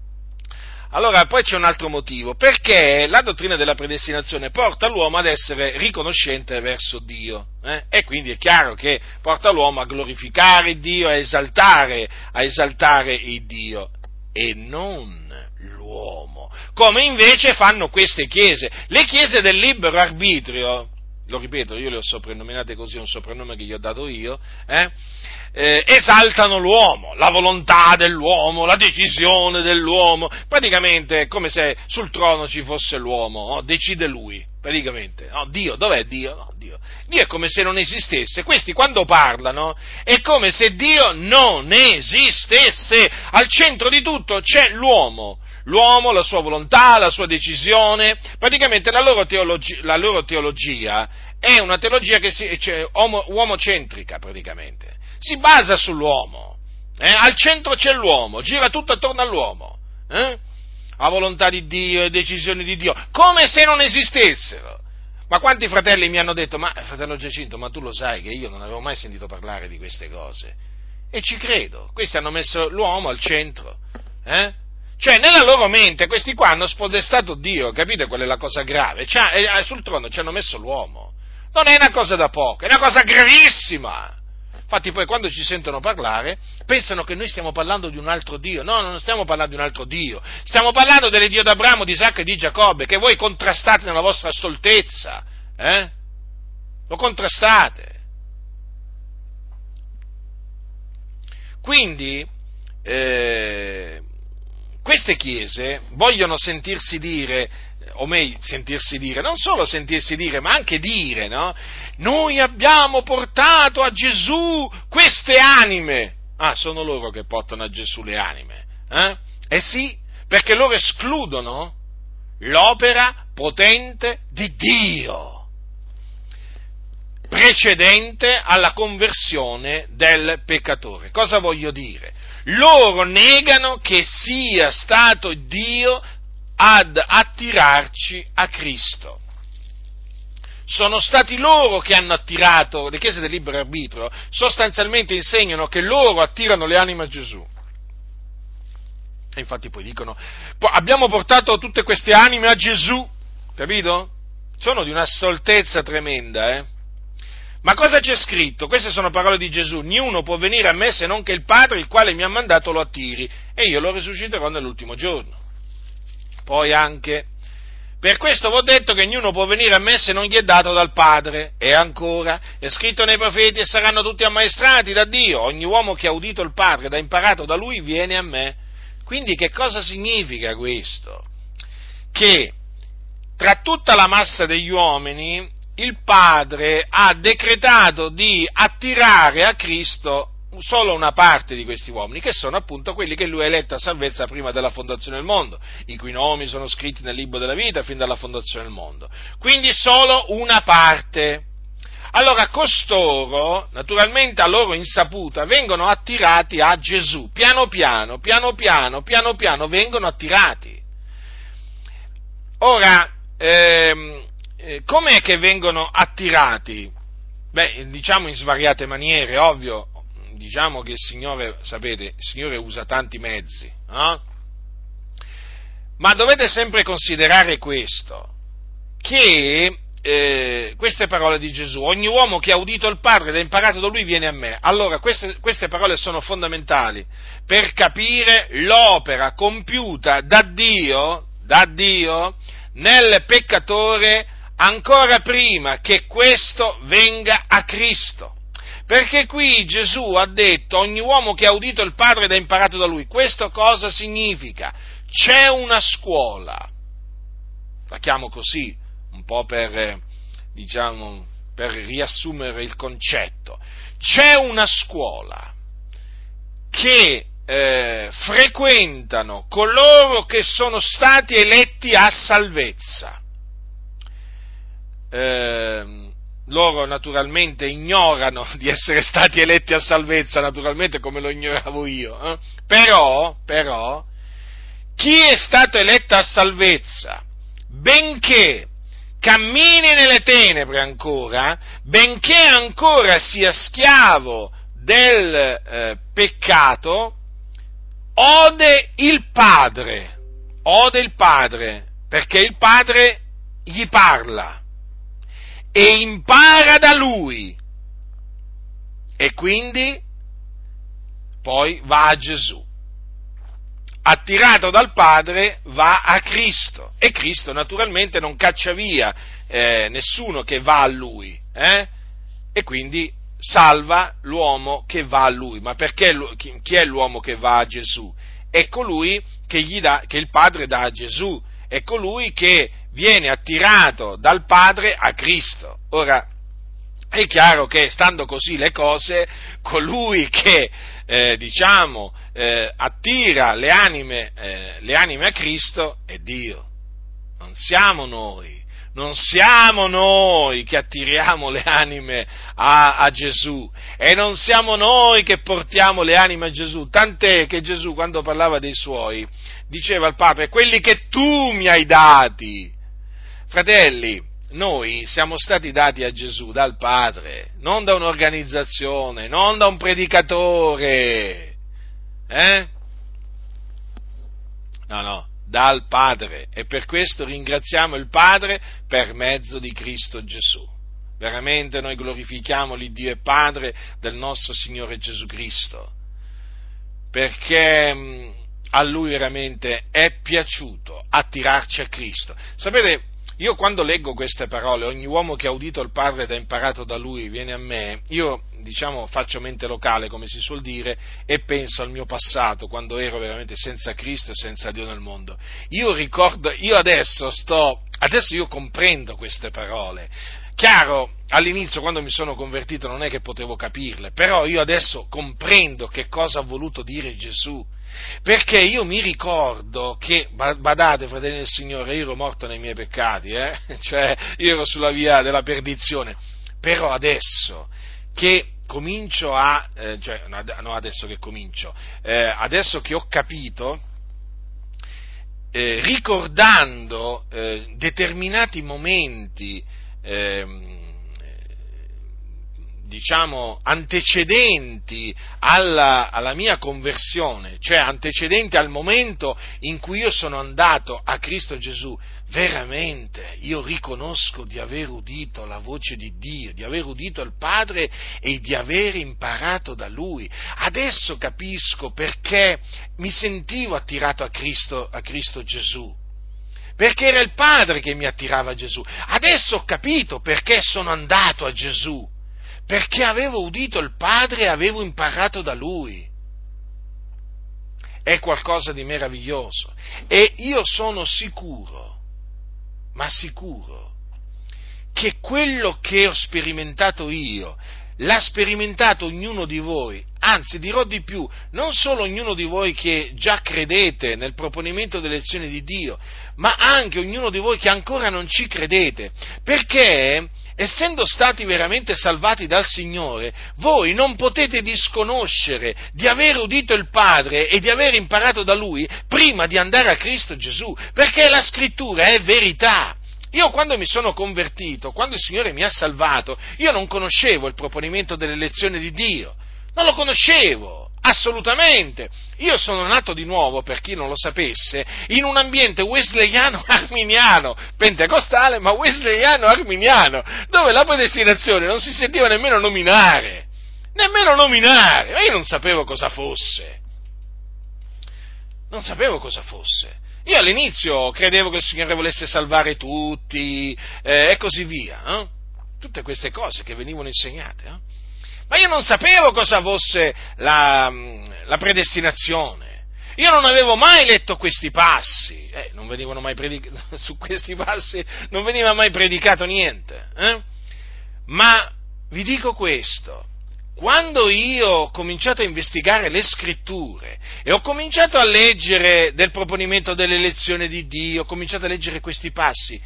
Allora, poi c'è un altro motivo, perché la dottrina della predestinazione porta l'uomo ad essere riconoscente verso Dio, eh? E quindi è chiaro che porta l'uomo a glorificare Dio, a esaltare, a esaltare il Dio, e non l'uomo, come invece fanno queste chiese. Le chiese del libero arbitrio, lo ripeto, io le ho soprannominate così, è un soprannome che gli ho dato io, eh? Eh, esaltano l'uomo, la volontà dell'uomo, la decisione dell'uomo, praticamente è come se sul trono ci fosse l'uomo, no? Decide lui, praticamente, no? Dio, dov'è Dio? No, Dio? Dio è come se non esistesse. Questi quando parlano è come se Dio non esistesse, al centro di tutto c'è l'uomo, l'uomo, la sua volontà, la sua decisione, praticamente la loro teologia, la loro teologia è una teologia che si, cioè, uomo, uomocentrica praticamente. Si basa sull'uomo, eh? Al centro c'è l'uomo, gira tutto attorno all'uomo, eh? La volontà di Dio, le decisioni di Dio, come se non esistessero. Ma quanti fratelli mi hanno detto, ma fratello Giacinto, ma tu lo sai che io non avevo mai sentito parlare di queste cose? E ci credo, questi hanno messo l'uomo al centro, eh? Cioè, nella loro mente, questi qua hanno spodestato Dio, capite qual è la cosa grave? Cioè, eh, sul trono ci hanno messo l'uomo. Non è una cosa da poco, è una cosa gravissima. Infatti poi quando ci sentono parlare pensano che noi stiamo parlando di un altro Dio. No, non stiamo parlando di un altro Dio, stiamo parlando dell'Iddio d'Abramo, di Isacco e di Giacobbe, che voi contrastate nella vostra stoltezza, eh? Lo contrastate. Quindi, eh, queste chiese vogliono sentirsi dire, o meglio, sentirsi dire, non solo sentirsi dire, ma anche dire, no? Noi abbiamo portato a Gesù queste anime. Ah, sono loro che portano a Gesù le anime, eh? Eh sì, perché loro escludono l'opera potente di Dio, precedente alla conversione del peccatore. Cosa voglio dire? Loro negano che sia stato Dio ad attirarci a Cristo. Sono stati loro che hanno attirato, le chiese del libero arbitrio sostanzialmente insegnano che loro attirano le anime a Gesù. E infatti poi dicono, abbiamo portato tutte queste anime a Gesù, capito? Sono di una stoltezza tremenda, eh? Ma cosa c'è scritto? Queste sono parole di Gesù: niuno può venire a me se non che il Padre, il quale mi ha mandato, lo attiri, e io lo risusciterò nell'ultimo giorno. Poi anche, per questo vi ho detto che ognuno può venire a me se non gli è dato dal Padre. E ancora, è scritto nei profeti, e saranno tutti ammaestrati da Dio. Ogni uomo che ha udito il Padre ed ha imparato da Lui viene a me. Quindi che cosa significa questo? Che tra tutta la massa degli uomini il Padre ha decretato di attirare a Cristo solo una parte di questi uomini, che sono appunto quelli che Lui ha eletto a salvezza prima della fondazione del mondo, i cui nomi sono scritti nel libro della vita fin dalla fondazione del mondo. Quindi solo una parte. Allora costoro, naturalmente a loro insaputa, vengono attirati a Gesù, piano piano, piano piano, piano piano vengono attirati. Ora, ehm, eh, com'è che vengono attirati? Beh, diciamo in svariate maniere, ovvio, diciamo che il Signore, sapete, il Signore usa tanti mezzi, no? Ma dovete sempre considerare questo, che eh, queste parole di Gesù, ogni uomo che ha udito il Padre ed ha imparato da Lui viene a me. Allora, queste, queste parole sono fondamentali per capire l'opera compiuta da Dio, da Dio nel peccatore ancora prima che questo venga a Cristo. Perché qui Gesù ha detto ogni uomo che ha udito il Padre ed ha imparato da Lui. Questo cosa significa? C'è una scuola, la chiamo così, un po' per, diciamo, per riassumere il concetto. C'è una scuola che eh, frequentano coloro che sono stati eletti a salvezza. Eh, loro naturalmente ignorano di essere stati eletti a salvezza, naturalmente come lo ignoravo io, eh? però, però, chi è stato eletto a salvezza, benché cammini nelle tenebre ancora, benché ancora sia schiavo del eh, peccato, ode il Padre, ode il Padre, perché il Padre gli parla e impara da Lui, e quindi poi va a Gesù. Attirato dal Padre va a Cristo, e Cristo naturalmente non caccia via eh, nessuno che va a Lui, eh? E quindi salva l'uomo che va a Lui. Ma perché chi è l'uomo che va a Gesù? È colui che, gli dà, che il Padre dà a Gesù, è colui che viene attirato dal Padre a Cristo. Ora, è chiaro che, stando così le cose, colui che, eh, diciamo, eh, attira le anime, eh, le anime a Cristo è Dio. Non siamo noi, non siamo noi che attiriamo le anime a, a Gesù, e non siamo noi che portiamo le anime a Gesù, tant'è che Gesù, quando parlava dei Suoi, diceva al Padre: quelli che tu mi hai dati. Fratelli, noi siamo stati dati a Gesù dal Padre, non da un'organizzazione, non da un predicatore, eh? No, no, dal Padre, e per questo ringraziamo il Padre per mezzo di Cristo Gesù. Veramente noi glorifichiamo l'Iddio e Padre del nostro Signore Gesù Cristo, perché mh, a Lui veramente è piaciuto attirarci a Cristo. Sapete, io quando leggo queste parole, ogni uomo che ha udito il Padre ed ha imparato da Lui viene a me, io, diciamo, faccio mente locale, come si suol dire, e penso al mio passato, quando ero veramente senza Cristo e senza Dio nel mondo. Io ricordo, io adesso sto, adesso io comprendo queste parole. Chiaro, all'inizio, quando mi sono convertito, non è che potevo capirle, però io adesso comprendo che cosa ha voluto dire Gesù. Perché io mi ricordo che, badate, fratelli del Signore, io ero morto nei miei peccati, eh? Cioè io ero sulla via della perdizione, però adesso che comincio a, eh, cioè no adesso che comincio, eh, adesso che ho capito, eh, ricordando eh, determinati momenti, eh, diciamo, antecedenti alla, alla mia conversione, cioè antecedenti al momento in cui io sono andato a Cristo Gesù, veramente io riconosco di aver udito la voce di Dio, di aver udito il Padre e di aver imparato da Lui. Adesso capisco perché mi sentivo attirato a Cristo, a Cristo Gesù. Perché era il Padre che mi attirava a Gesù. Adesso ho capito perché sono andato a Gesù. Perché avevo udito il Padre e avevo imparato da Lui. È qualcosa di meraviglioso. E io sono sicuro, ma sicuro, che quello che ho sperimentato io, l'ha sperimentato ognuno di voi, anzi dirò di più, non solo ognuno di voi che già credete nel proponimento dell'elezione di Dio, ma anche ognuno di voi che ancora non ci credete, perché essendo stati veramente salvati dal Signore, voi non potete disconoscere di aver udito il Padre e di aver imparato da Lui prima di andare a Cristo Gesù, perché la Scrittura è verità. Io quando mi sono convertito, quando il Signore mi ha salvato, io non conoscevo il proponimento dell'elezione di Dio, non lo conoscevo, assolutamente. Io sono nato di nuovo, per chi non lo sapesse, in un ambiente wesleyano-arminiano, pentecostale, ma wesleyano-arminiano, dove la predestinazione non si sentiva nemmeno nominare, nemmeno nominare, ma io non sapevo cosa fosse, non sapevo cosa fosse. Io all'inizio credevo che il Signore volesse salvare tutti, eh, e così via, eh? Tutte queste cose che venivano insegnate, eh? Ma io non sapevo cosa fosse la, la predestinazione, io non avevo mai letto questi passi, eh, non venivano mai predic- su questi passi non veniva mai predicato niente, eh? Ma vi dico questo, quando io ho cominciato a investigare le scritture e ho cominciato a leggere del proponimento dell'elezione di Dio, ho cominciato a leggere questi passi,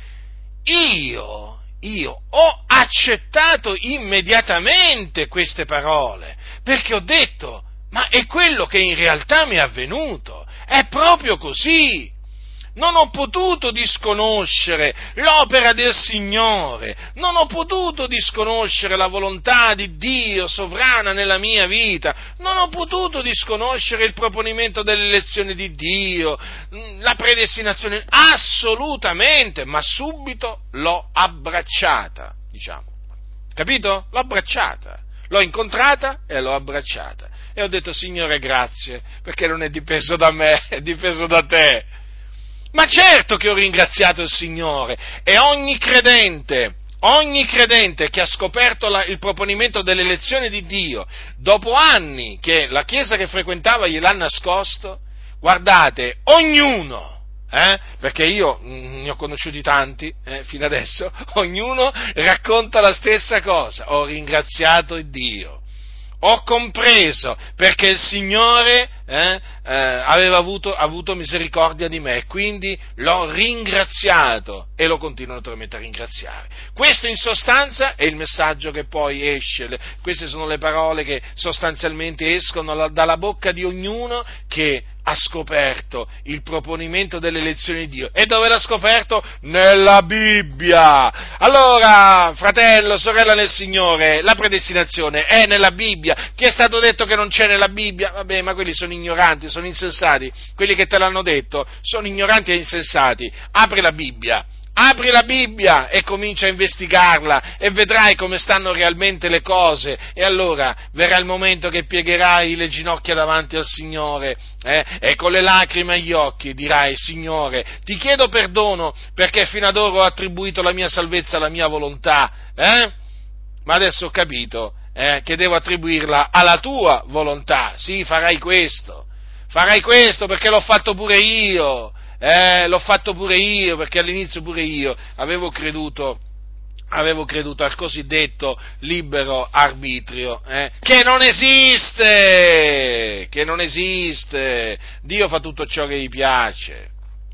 io, io ho accettato immediatamente queste parole, perché ho detto, ma è quello che in realtà mi è avvenuto, è proprio così. Non ho potuto disconoscere l'opera del Signore, non ho potuto disconoscere la volontà di Dio sovrana nella mia vita, non ho potuto disconoscere il proponimento dell'elezione di Dio, la predestinazione, assolutamente, ma subito l'ho abbracciata, diciamo. Capito? L'ho abbracciata, l'ho incontrata e l'ho abbracciata. E ho detto, Signore, grazie, perché non è dipeso da me, è dipeso da te. Ma certo che ho ringraziato il Signore, e ogni credente, ogni credente che ha scoperto la, il proponimento dell'elezione di Dio, dopo anni che la chiesa che frequentava gliel'ha nascosto, guardate, ognuno, eh, perché io mh, ne ho conosciuti tanti, eh, fino adesso, ognuno racconta la stessa cosa, ho ringraziato Dio. Ho compreso perché il Signore eh, eh, aveva avuto, avuto misericordia di me, quindi l'ho ringraziato e lo continuo naturalmente a ringraziare. Questo in sostanza è il messaggio che poi esce, queste sono le parole che sostanzialmente escono dalla bocca di ognuno che ha scoperto il proponimento dell'elezione di Dio. E dove l'ha scoperto? Nella Bibbia. Allora, fratello, sorella nel Signore, la predestinazione è nella Bibbia. Ti è stato detto che non c'è nella Bibbia? Vabbè, ma quelli sono ignoranti, sono insensati. Quelli che te l'hanno detto sono ignoranti e insensati. Apri la Bibbia. Apri la Bibbia e comincia a investigarla e vedrai come stanno realmente le cose, e allora verrà il momento che piegherai le ginocchia davanti al Signore eh, e con le lacrime agli occhi dirai: Signore, ti chiedo perdono perché fino ad ora ho attribuito la mia salvezza alla mia volontà, eh? ma adesso ho capito eh, che devo attribuirla alla tua volontà. Sì, farai questo, farai questo perché l'ho fatto pure io. Eh, l'ho fatto pure io, perché all'inizio pure io avevo creduto, avevo creduto al cosiddetto libero arbitrio, eh, che non esiste, che non esiste. Dio fa tutto ciò che gli piace,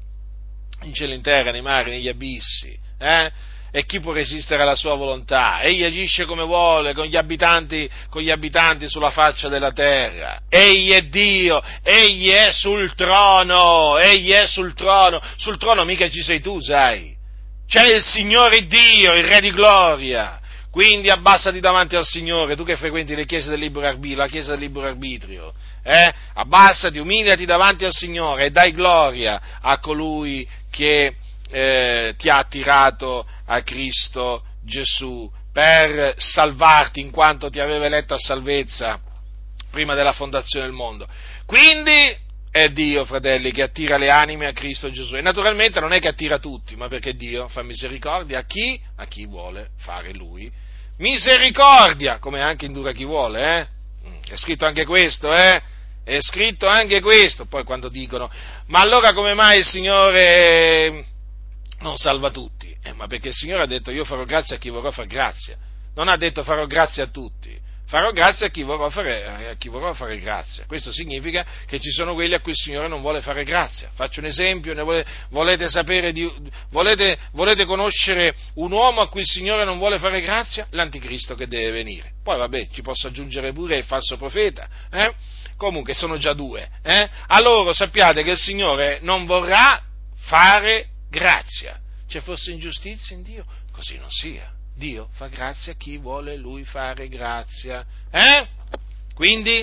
in cielo, in terra, nei mari, negli abissi, eh? E chi può resistere alla sua volontà? Egli agisce come vuole con gli abitanti, con gli abitanti sulla faccia della terra. Egli è Dio, egli è sul trono, egli è sul trono, sul trono mica ci sei tu, sai. C'è il Signore Dio, il Re di gloria. Quindi abbassati davanti al Signore, tu che frequenti le chiese del libero arbitrio, la chiesa del libero arbitrio, eh? Abbassati, umiliati davanti al Signore e dai gloria a colui che Eh, ti ha attirato a Cristo Gesù per salvarti, in quanto ti aveva eletto a salvezza prima della fondazione del mondo. Quindi è Dio, fratelli, che attira le anime a Cristo Gesù, e naturalmente non è che attira tutti, ma perché Dio fa misericordia a chi? A chi vuole fare Lui misericordia, come anche indura chi vuole, eh? È scritto anche questo, eh? È scritto anche questo. Poi quando dicono: ma allora come mai il Signore non salva tutti? Eh, ma perché il Signore ha detto: io farò grazia a chi vorrò far grazia, non ha detto farò grazia a tutti, farò grazia a chi vorrò fare, a chi vorrò fare grazia. Questo significa che ci sono quelli a cui il Signore non vuole fare grazia. Faccio un esempio: ne volete, volete sapere di, volete, volete conoscere un uomo a cui il Signore non vuole fare grazia? L'anticristo che deve venire. Poi vabbè, ci posso aggiungere pure il falso profeta, eh? Comunque sono già due, eh? Allora sappiate che il Signore non vorrà fare grazia. C'è forse ingiustizia in Dio? Così non sia. Dio fa grazia a chi vuole Lui fare grazia. Eh? Quindi?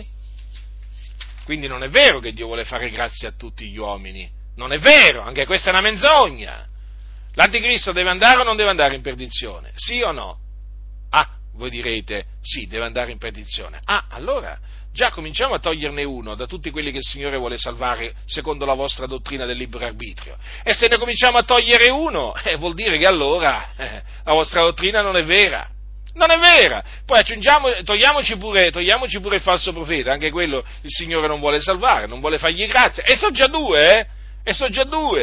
Quindi non è vero che Dio vuole fare grazia a tutti gli uomini. Non è vero, anche questa è una menzogna. L'anticristo deve andare o non deve andare in perdizione? Sì o no? Ah, voi direte: sì, deve andare in perdizione. Ah, allora già cominciamo a toglierne uno da tutti quelli che il Signore vuole salvare secondo la vostra dottrina del libero arbitrio. E se ne cominciamo a togliere uno, eh, vuol dire che allora eh, la vostra dottrina non è vera. Non è vera. Poi aggiungiamo, togliamoci pure, togliamoci pure il falso profeta, anche quello il Signore non vuole salvare, non vuole fargli grazia. E sono già due, eh? E sono già due.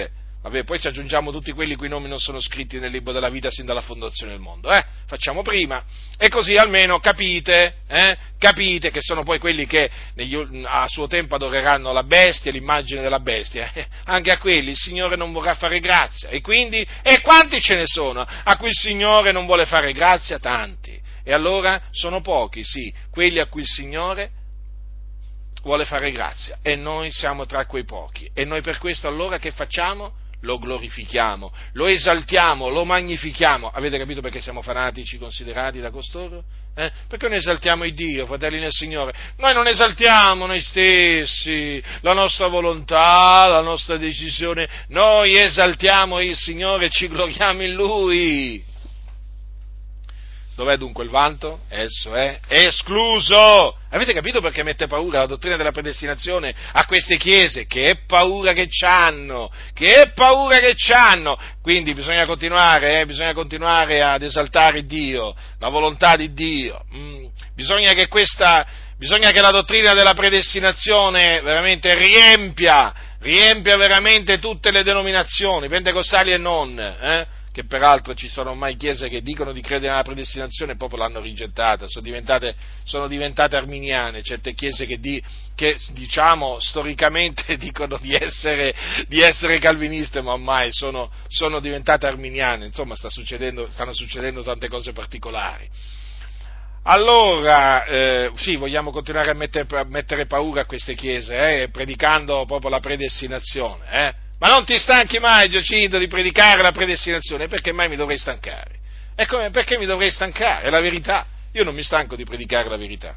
Vabbè, poi ci aggiungiamo tutti quelli i cui nomi non sono scritti nel libro della vita sin dalla fondazione del mondo, eh? Facciamo prima, e così almeno capite, eh? Capite che sono poi quelli che negli, a suo tempo adoreranno la bestia, l'immagine della bestia, eh? Anche a quelli il Signore non vorrà fare grazia, e quindi, e quanti ce ne sono a cui il Signore non vuole fare grazia? Tanti, e allora sono pochi, sì, quelli a cui il Signore vuole fare grazia, e noi siamo tra quei pochi, e noi per questo allora che facciamo? Lo glorifichiamo, lo esaltiamo, lo magnifichiamo. Avete capito perché siamo fanatici considerati da costoro? Eh? Perché noi esaltiamo il Dio, fratelli nel Signore. Noi non esaltiamo noi stessi, la nostra volontà, la nostra decisione, noi esaltiamo il Signore e ci gloriamo in Lui. Dov'è dunque il vanto? Esso è escluso. Avete capito perché mette paura la dottrina della predestinazione a queste chiese? Che paura che c'hanno, che paura che c'hanno. Quindi bisogna continuare, eh, bisogna continuare ad esaltare Dio, la volontà di Dio. Mm, bisogna che questa, bisogna che la dottrina della predestinazione veramente riempia, riempia veramente tutte le denominazioni, pentecostali e non, eh? Che peraltro ci sono ormai chiese che dicono di credere nella predestinazione e proprio l'hanno rigettata, sono diventate, sono diventate arminiane, certe chiese che, di, che diciamo storicamente dicono di essere, di essere calviniste, ma ormai sono, sono diventate arminiane, insomma sta succedendo, stanno succedendo tante cose particolari. Allora, eh, sì, vogliamo continuare a mettere, a mettere paura a queste chiese, eh, predicando proprio la predestinazione, eh? Ma non ti stanchi mai, Giacinto, di predicare la predestinazione? Perché mai mi dovrei stancare? E come, perché mi dovrei stancare? È la verità. Io non mi stanco di predicare la verità.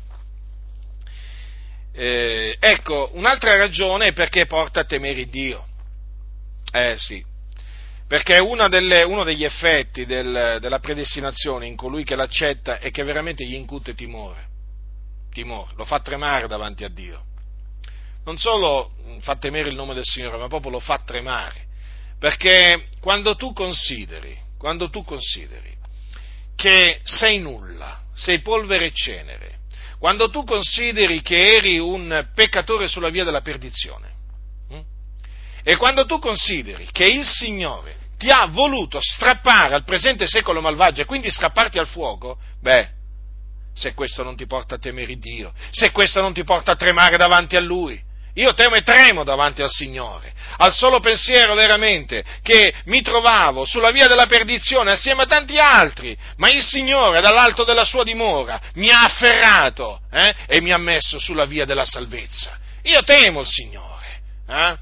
Eh, ecco, un'altra ragione è perché porta a temere Dio. Eh sì, perché una delle, uno degli effetti del, della predestinazione in colui che l'accetta è che veramente gli incute timore. Timore, lo fa tremare davanti a Dio. Non solo fa temere il nome del Signore, ma proprio lo fa tremare, perché quando tu consideri, quando tu consideri che sei nulla, sei polvere e cenere, quando tu consideri che eri un peccatore sulla via della perdizione, hm? e quando tu consideri che il Signore ti ha voluto strappare al presente secolo malvagio e quindi strapparti al fuoco, beh, se questo non ti porta a temere Dio, se questo non ti porta a tremare davanti a Lui, io temo e tremo davanti al Signore, al solo pensiero veramente che mi trovavo sulla via della perdizione assieme a tanti altri, ma il Signore dall'alto della sua dimora mi ha afferrato eh, e mi ha messo sulla via della salvezza. Io temo il Signore eh,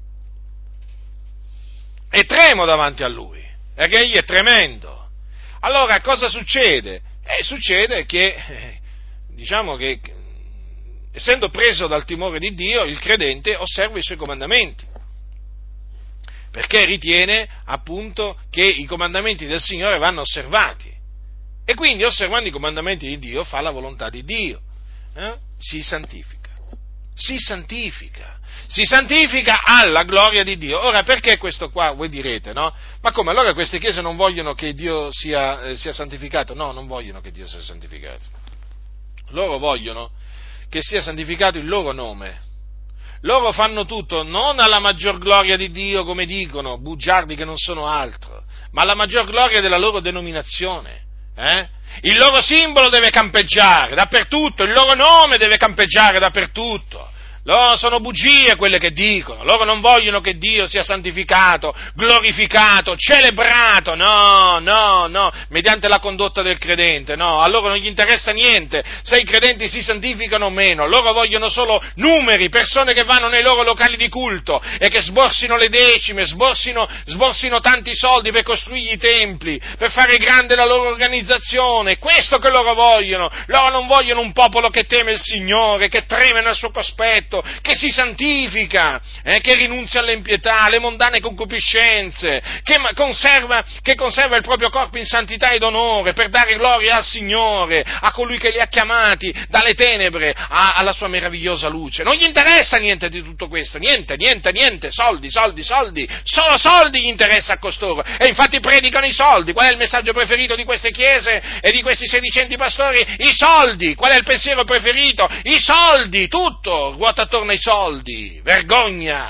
e tremo davanti a Lui, perché Egli è tremendo. Allora cosa succede? Eh, succede che, eh, diciamo che, essendo preso dal timore di Dio, il credente osserva i Suoi comandamenti, perché ritiene appunto che i comandamenti del Signore vanno osservati, e quindi osservando i comandamenti di Dio fa la volontà di Dio, eh? si santifica, si santifica, si santifica alla gloria di Dio. Ora perché questo qua? Voi direte, no? Ma come, allora queste chiese non vogliono che Dio sia, eh, sia santificato? No, non vogliono che Dio sia santificato, loro vogliono che sia santificato il loro nome. Loro fanno tutto non alla maggior gloria di Dio, come dicono, bugiardi che non sono altro, ma alla maggior gloria della loro denominazione. Eh? Il loro simbolo deve campeggiare dappertutto, il loro nome deve campeggiare dappertutto. Loro sono bugie quelle che dicono, loro non vogliono che Dio sia santificato, glorificato, celebrato, no, no, no, mediante la condotta del credente, no, a loro non gli interessa niente se i credenti si santificano o meno, loro vogliono solo numeri, persone che vanno nei loro locali di culto e che sborsino le decime, sborsino, sborsino tanti soldi per costruire i templi, per fare grande la loro organizzazione, questo che loro vogliono, loro non vogliono un popolo che teme il Signore, che treme nel suo cospetto, che si santifica, eh, che rinunzia all'impietà, alle mondane concupiscenze, che conserva, che conserva il proprio corpo in santità ed onore per dare gloria al Signore, a colui che li ha chiamati dalle tenebre a, alla sua meravigliosa luce. Non gli interessa niente di tutto questo, niente, niente, niente, soldi, soldi, soldi, solo soldi gli interessa a costoro, e infatti predicano i soldi. Qual è il messaggio preferito di queste chiese e di questi sedicenti pastori? I soldi. Qual è il pensiero preferito? I soldi, tutto ruota attorno ai soldi, vergogna,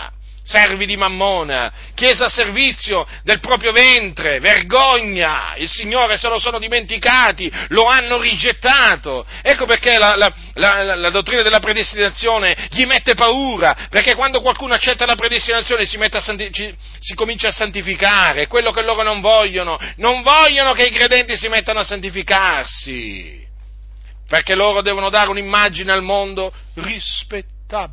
servi di Mammona, chiesa a servizio del proprio ventre, vergogna, il Signore se lo sono dimenticati, lo hanno rigettato. Ecco perché la, la, la, la dottrina della predestinazione gli mette paura, perché quando qualcuno accetta la predestinazione si, mette a santi, ci, si comincia a santificare, quello che loro non vogliono, non vogliono che i credenti si mettano a santificarsi, perché loro devono dare un'immagine al mondo rispettabile.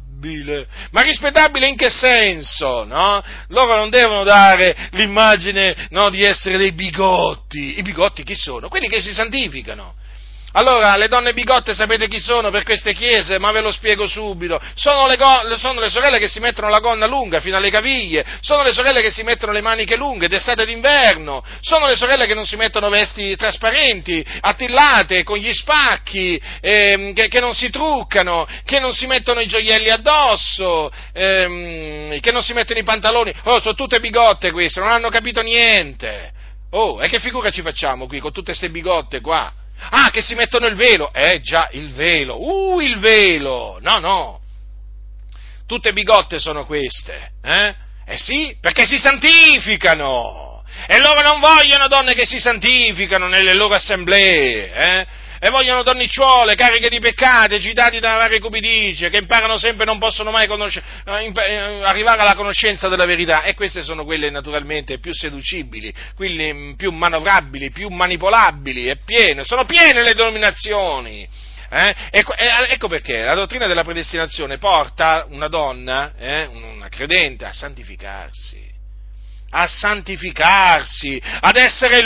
Ma rispettabile in che senso? No? Loro non devono dare l'immagine, no, di essere dei bigotti. I bigotti chi sono? Quelli che si santificano. Allora, le donne bigotte sapete chi sono per queste chiese? Ma ve lo spiego subito. Sono le, go- sono le sorelle che si mettono la gonna lunga fino alle caviglie, sono le sorelle che si mettono le maniche lunghe d'estate e d'inverno, sono le sorelle che non si mettono vesti trasparenti, attillate, con gli spacchi, ehm, che, che non si truccano, che non si mettono i gioielli addosso, ehm, che non si mettono i pantaloni. Oh, sono tutte bigotte queste, non hanno capito niente. Oh, e che figura ci facciamo qui con tutte ste bigotte qua? Ah, che si mettono il velo! Eh già, il velo! Uh, il velo! No, no! Tutte bigotte sono queste, eh? Eh sì, perché si santificano! E loro non vogliono donne che si santificano nelle loro assemblee, eh? E vogliono donnicciuole, cariche di peccati, agitati da varie cupidigie, che imparano sempre e non possono mai conosce- arrivare alla conoscenza della verità. E queste sono quelle naturalmente più seducibili, quelle più manovrabili, più manipolabili, e piene, sono piene le denominazioni. Eh? Ecco, ecco perché la dottrina della predestinazione porta una donna, eh, una credente, a santificarsi. a santificarsi, ad essere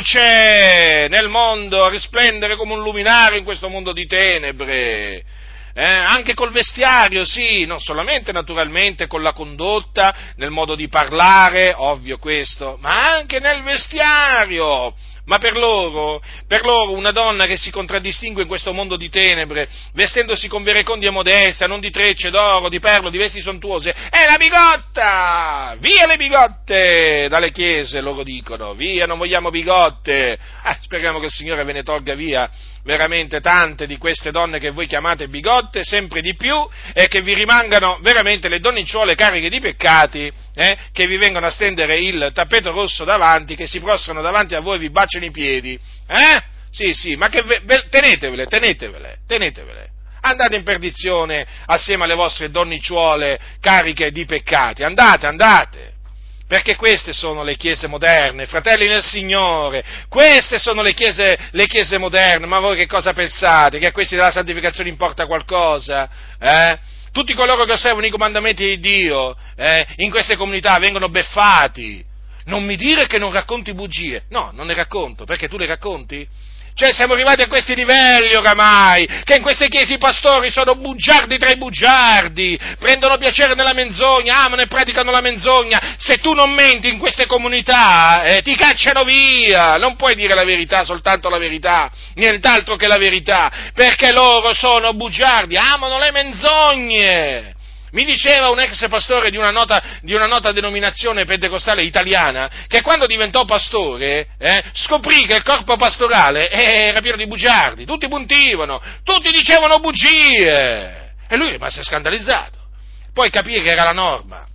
luce nel mondo, a risplendere come un luminario in questo mondo di tenebre, eh, anche col vestiario, sì, non solamente naturalmente con la condotta, nel modo di parlare, ovvio questo, ma anche nel vestiario. Ma per loro, per loro una donna che si contraddistingue in questo mondo di tenebre, vestendosi con verecondia modesta, non di trecce, d'oro, di perlo, di vesti sontuose, è la bigotta! Via le bigotte dalle chiese, loro dicono, via, non vogliamo bigotte! Ah, speriamo che il Signore ve ne tolga via veramente tante di queste donne che voi chiamate bigotte, sempre di più, e che vi rimangano veramente le donnicciuole cariche di peccati, eh, che vi vengono a stendere il tappeto rosso davanti, che si prostrano davanti a voi e vi baciano i piedi, eh? Sì, sì, ma che ve, ve, tenetevele, tenetevele, tenetevele. Andate in perdizione assieme alle vostre donnicciuole cariche di peccati, andate, andate. Perché queste sono le chiese moderne, fratelli nel Signore, queste sono le chiese, le chiese moderne, ma voi che cosa pensate? Che a questi della santificazione importa qualcosa? Eh? Tutti coloro che osservano i comandamenti di Dio, eh, in queste comunità vengono beffati. Non mi dire che non racconti bugie, no, non ne racconto, perché tu le racconti? Cioè siamo arrivati a questi livelli oramai, che in queste chiese i pastori sono bugiardi tra i bugiardi, prendono piacere nella menzogna, amano e praticano la menzogna. Se tu non menti in queste comunità, eh, ti cacciano via, non puoi dire la verità, soltanto la verità, nient'altro che la verità, perché loro sono bugiardi, amano le menzogne. Mi diceva un ex pastore di una nota, di una nota denominazione pentecostale italiana che quando diventò pastore eh, scoprì che il corpo pastorale era pieno di bugiardi, tutti puntivano, tutti dicevano bugie e lui rimase scandalizzato. Poi capì che era la norma.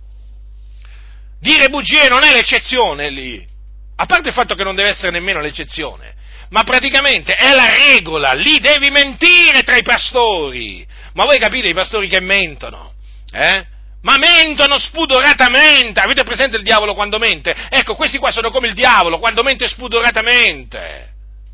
Dire bugie non è l'eccezione lì, a parte il fatto che non deve essere nemmeno l'eccezione, ma praticamente è la regola, lì devi mentire tra i pastori. Ma voi capite i pastori che mentono? Eh? Ma mentono spudoratamente. Avete presente il diavolo quando mente? Ecco, questi qua sono come il diavolo quando mente spudoratamente.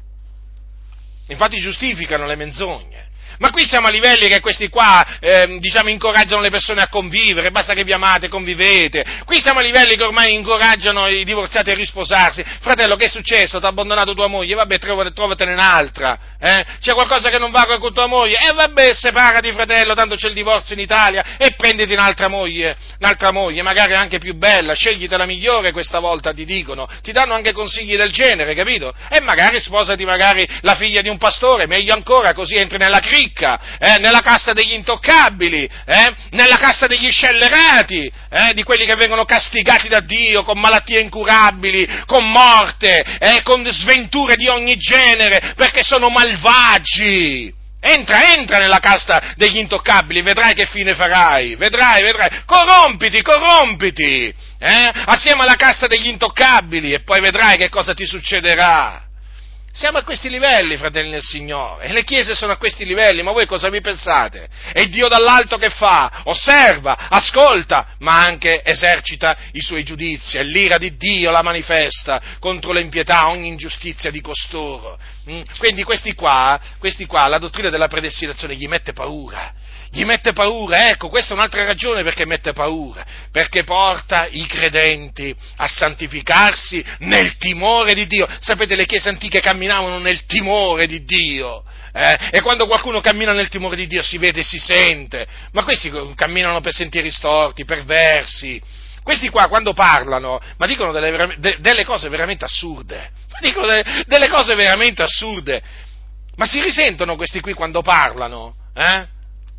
Infatti giustificano le menzogne. Ma qui siamo a livelli che questi qua, eh, diciamo, incoraggiano le persone a convivere, basta che vi amate, convivete. Qui siamo a livelli che ormai incoraggiano i divorziati a risposarsi. Fratello, che è successo? Ti ha abbandonato tua moglie? Vabbè, trovatene un'altra. Eh? C'è qualcosa che non va con tua moglie? E eh, vabbè, separati, fratello, tanto c'è il divorzio in Italia, e prenditi un'altra moglie, un'altra moglie, magari anche più bella, scegliti la migliore questa volta, ti dicono. Ti danno anche consigli del genere, capito? E magari sposati magari la figlia di un pastore, meglio ancora, così entri nella cricca. Eh, nella casta degli intoccabili, eh, nella casta degli scellerati, eh, di quelli che vengono castigati da Dio con malattie incurabili, con morte, eh, con sventure di ogni genere, perché sono malvagi. Entra, entra nella casta degli intoccabili, vedrai che fine farai, vedrai, vedrai, corrompiti, corrompiti, eh? Assieme alla casta degli intoccabili e poi vedrai che cosa ti succederà. Siamo a questi livelli, fratelli del Signore, e le chiese sono a questi livelli, ma voi cosa vi pensate? E Dio dall'alto che fa? Osserva, ascolta, ma anche esercita i suoi giudizi, e l'ira di Dio la manifesta contro l'impietà, ogni ingiustizia di costoro. Quindi questi qua, questi qua, la dottrina della predestinazione gli mette paura, gli mette paura, ecco, questa è un'altra ragione perché mette paura, perché porta i credenti a santificarsi nel timore di Dio. Sapete, le chiese antiche camminavano nel timore di Dio, eh? E quando qualcuno cammina nel timore di Dio si vede e si sente, ma questi camminano per sentieri storti, perversi. Questi qua quando parlano, ma dicono delle, de, delle cose veramente assurde, ma dicono delle, delle cose veramente assurde, ma si risentono questi qui quando parlano, eh?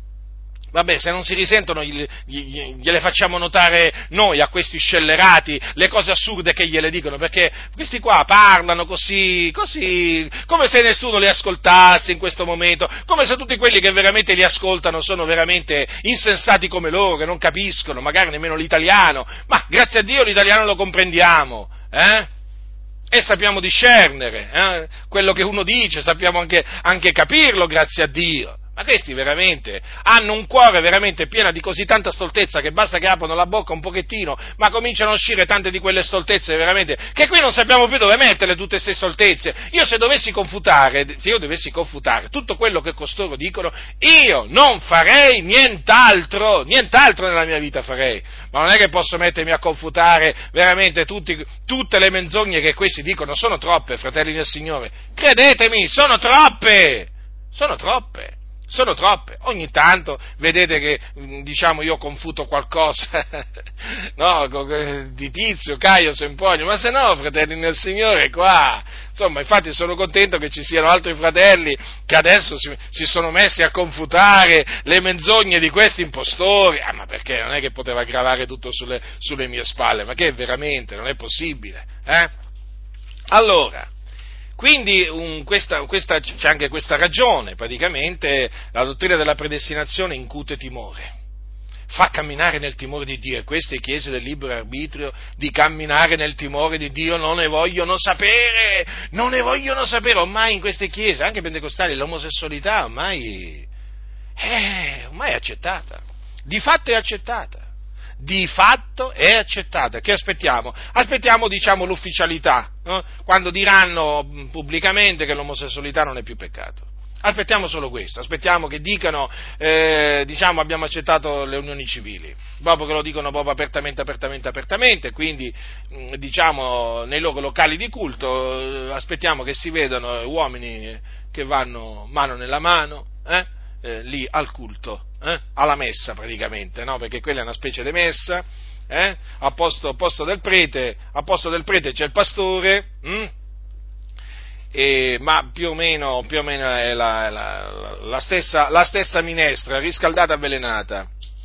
Vabbè, se non si risentono gliele facciamo notare noi a questi scellerati le cose assurde che gliele dicono, perché questi qua parlano così, così, come se nessuno li ascoltasse in questo momento, come se tutti quelli che veramente li ascoltano sono veramente insensati come loro, che non capiscono, magari nemmeno l'italiano, ma grazie a Dio l'italiano lo comprendiamo, eh? E sappiamo discernere, eh? Quello che uno dice, sappiamo anche, anche capirlo, grazie a Dio. Ma questi veramente hanno un cuore veramente pieno di così tanta stoltezza che basta che aprono la bocca un pochettino, ma cominciano a uscire tante di quelle stoltezze veramente, che qui non sappiamo più dove metterle tutte queste stoltezze. Io se dovessi confutare, se io dovessi confutare tutto quello che costoro dicono, io non farei nient'altro, nient'altro nella mia vita farei. Ma non è che posso mettermi a confutare veramente tutti, tutte le menzogne che questi dicono, sono troppe, fratelli del Signore, credetemi, sono troppe, sono troppe. Sono troppe, ogni tanto vedete che, diciamo, io confuto qualcosa, no, di Tizio, Caio, Sempronio, ma se no, fratelli nel Signore, qua, insomma, infatti sono contento che ci siano altri fratelli che adesso si, si sono messi a confutare le menzogne di questi impostori, ah, ma perché non è che poteva gravare tutto sulle, sulle mie spalle, ma che veramente, non è possibile, eh? Allora, quindi un, questa, questa, c'è anche questa ragione, praticamente la dottrina della predestinazione incute timore, fa camminare nel timore di Dio, e queste chiese del libero arbitrio di camminare nel timore di Dio non ne vogliono sapere, non ne vogliono sapere, ormai in queste chiese, anche pentecostali, l'omosessualità ormai è, ormai è accettata, di fatto è accettata. Di fatto è accettata. Che aspettiamo? Aspettiamo, diciamo, l'ufficialità, no? Quando diranno pubblicamente che l'omosessualità non è più peccato. Aspettiamo solo questo, aspettiamo che dicano, eh, diciamo, abbiamo accettato le unioni civili, proprio che lo dicono proprio apertamente, apertamente, apertamente, quindi, diciamo, nei loro locali di culto, aspettiamo che si vedano uomini che vanno mano nella mano, eh? Eh, lì al culto, eh? alla messa praticamente, no? Perché quella è una specie di messa, eh? a, posto, a posto del prete, a posto del prete c'è il pastore, hm? E, ma più o meno, più o meno è la, la, la, stessa, la stessa minestra, riscaldata, avvelenata.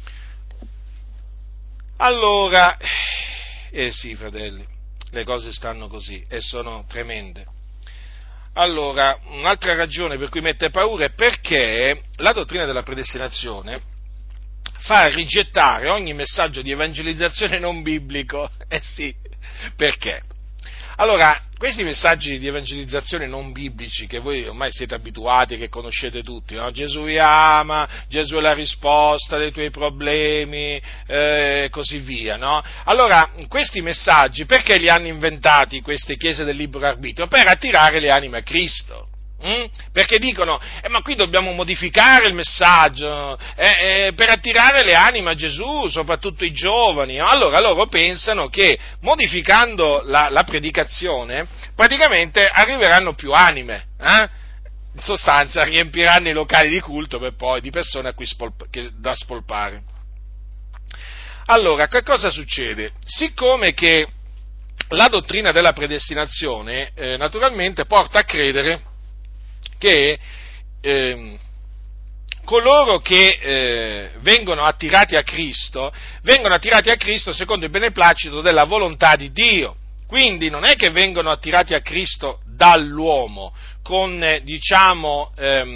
Allora, eh sì, fratelli, le cose stanno così e sono tremende. Allora, un'altra ragione per cui mette paura è perché la dottrina della predestinazione fa rigettare ogni messaggio di evangelizzazione non biblico. Eh sì, perché? Allora, questi messaggi di evangelizzazione non biblici, che voi ormai siete abituati, che conoscete tutti, no? Gesù vi ama, Gesù è la risposta dei tuoi problemi, e eh, così via, no? Allora, questi messaggi, perché li hanno inventati queste chiese del libero arbitrio? Per attirare le anime a Cristo. Mm? Perché dicono, eh, ma qui dobbiamo modificare il messaggio, eh, eh, per attirare le anime a Gesù, soprattutto i giovani. Allora loro pensano che modificando la, la predicazione, praticamente arriveranno più anime, eh? In sostanza riempiranno i locali di culto per poi di persone a cui spolp- che, da spolpare. Allora, che cosa succede? Siccome che la dottrina della predestinazione, eh, naturalmente porta a credere che eh, coloro che eh, vengono attirati a Cristo, vengono attirati a Cristo secondo il beneplacito della volontà di Dio. Quindi non è che vengono attirati a Cristo dall'uomo, con, eh, diciamo, ehm,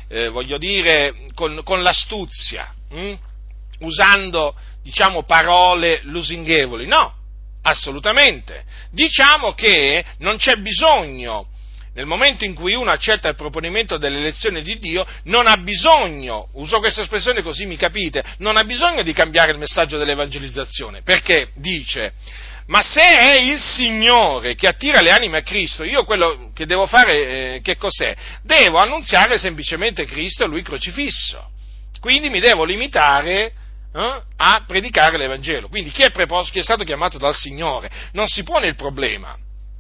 eh, voglio dire, con, con l'astuzia, hm? usando, diciamo, parole lusinghevoli. No, assolutamente. Diciamo che non c'è bisogno, nel momento in cui uno accetta il proponimento dell'elezione di Dio, non ha bisogno, uso questa espressione così mi capite, non ha bisogno di cambiare il messaggio dell'evangelizzazione, perché dice: ma se è il Signore che attira le anime a Cristo, io quello che devo fare, eh, che cos'è? Devo annunziare semplicemente Cristo e Lui crocifisso. Quindi mi devo limitare eh, a predicare l'Evangelo. Quindi chi è preposto, chi è stato chiamato dal Signore, non si pone il problema.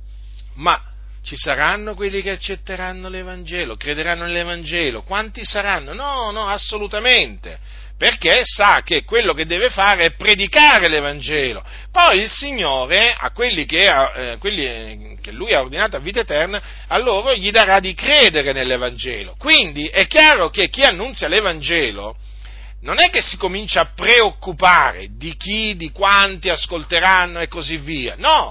Ma ci saranno quelli che accetteranno l'Evangelo, crederanno nell'Evangelo? Quanti saranno? No, no, assolutamente. Perché sa che quello che deve fare è predicare l'Evangelo. Poi il Signore, a quelli che, eh, quelli che Lui ha ordinato a vita eterna, a loro gli darà di credere nell'Evangelo. Quindi è chiaro che chi annunzia l'Evangelo non è che si comincia a preoccupare di chi, di quanti ascolteranno e così via. No!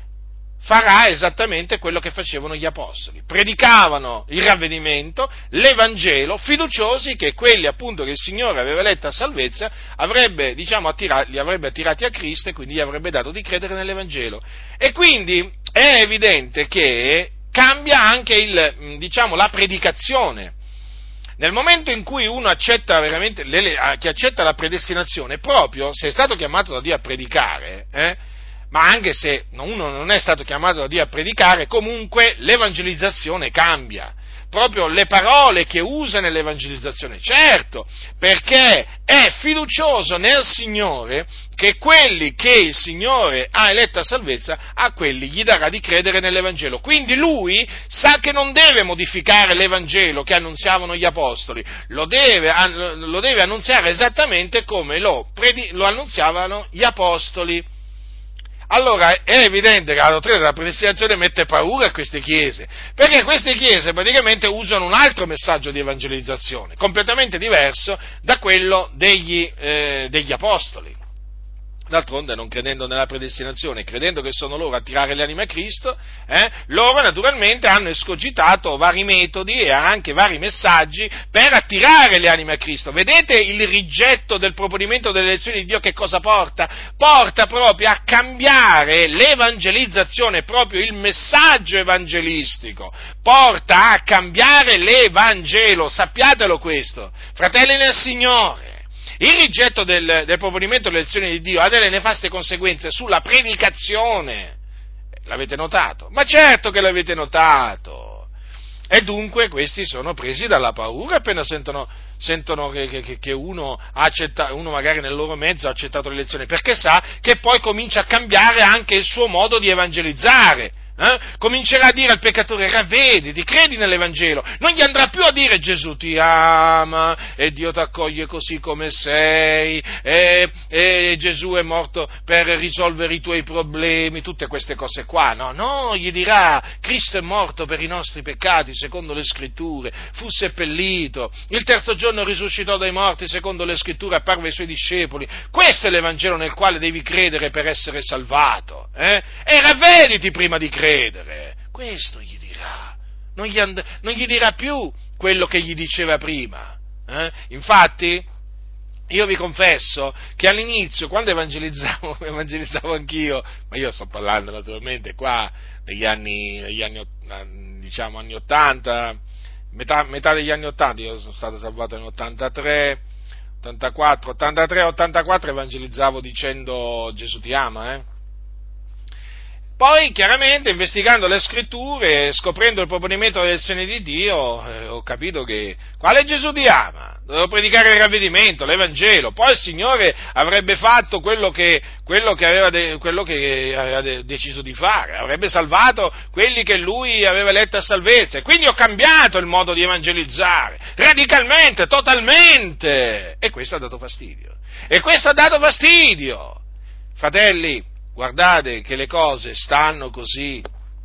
Farà esattamente quello che facevano gli apostoli, predicavano il ravvedimento, l'Evangelo, fiduciosi che quelli appunto che il Signore aveva eletto a salvezza avrebbe, diciamo, attira- li avrebbe attirati a Cristo e quindi gli avrebbe dato di credere nell'Evangelo. E quindi è evidente che cambia anche il, diciamo, la predicazione. Nel momento in cui uno accetta veramente, che accetta la predestinazione, proprio se è stato chiamato da Dio a predicare, eh, ma anche se uno non è stato chiamato da Dio a predicare, comunque l'evangelizzazione cambia, proprio le parole che usa nell'evangelizzazione, certo, perché è fiducioso nel Signore che quelli che il Signore ha eletto a salvezza, a quelli gli darà di credere nell'Evangelo. Quindi lui sa che non deve modificare l'Evangelo che annunziavano gli apostoli, lo deve, lo deve annunziare esattamente come lo, lo annunziavano gli apostoli. Allora è evidente che la dottrina della predestinazione mette paura a queste chiese, perché queste chiese praticamente usano un altro messaggio di evangelizzazione, completamente diverso da quello degli, eh, degli apostoli. D'altronde, non credendo nella predestinazione, credendo che sono loro a tirare le anime a Cristo, eh, loro naturalmente hanno escogitato vari metodi e anche vari messaggi per attirare le anime a Cristo. Vedete il rigetto del proponimento delle elezioni di Dio che cosa porta? Porta proprio a cambiare l'evangelizzazione, proprio il messaggio evangelistico, porta a cambiare l'Evangelo, sappiatelo questo, fratelli nel Signore. Il rigetto del, del proponimento delle elezioni di Dio ha delle nefaste conseguenze sulla predicazione. L'avete notato? Ma certo che l'avete notato. E dunque questi sono presi dalla paura appena sentono, sentono che, che, che uno, ha accettato, uno magari nel loro mezzo ha accettato l'elezione, perché sa che poi comincia a cambiare anche il suo modo di evangelizzare. Eh? Comincerà a dire al peccatore: ravvediti, credi nell'Evangelo, non gli andrà più a dire Gesù ti ama e Dio ti accoglie così come sei e, e Gesù è morto per risolvere i tuoi problemi, tutte queste cose qua, no, no, gli dirà: Cristo è morto per i nostri peccati secondo le scritture, fu seppellito, il terzo giorno risuscitò dai morti secondo le scritture, apparve ai suoi discepoli. Questo è l'Evangelo nel quale devi credere per essere salvato, eh? E ravvediti prima di credere. Credere, questo gli dirà, non gli, and- non gli dirà più quello che gli diceva prima. Eh? Infatti, io vi confesso che all'inizio, quando evangelizzavo, evangelizzavo anch'io, ma io sto parlando naturalmente qua degli anni, degli anni diciamo anni ottanta, metà, metà degli anni ottanta, io sono stato salvato nell'ottantatré, ottantaquattro, ottantatré, ottantaquattro evangelizzavo dicendo Gesù ti ama, eh? Poi, chiaramente, investigando le scritture, scoprendo il proponimento delle elezioni di Dio, eh, ho capito che quale Gesù ti ama? Dovevo predicare il ravvedimento, l'Evangelo, poi il Signore avrebbe fatto quello che, quello che, aveva, de, quello che aveva de, deciso di fare, avrebbe salvato quelli che Lui aveva eletto a salvezza, e quindi ho cambiato il modo di evangelizzare, radicalmente, totalmente, e questo ha dato fastidio, e questo ha dato fastidio, fratelli. Guardate che le cose stanno così.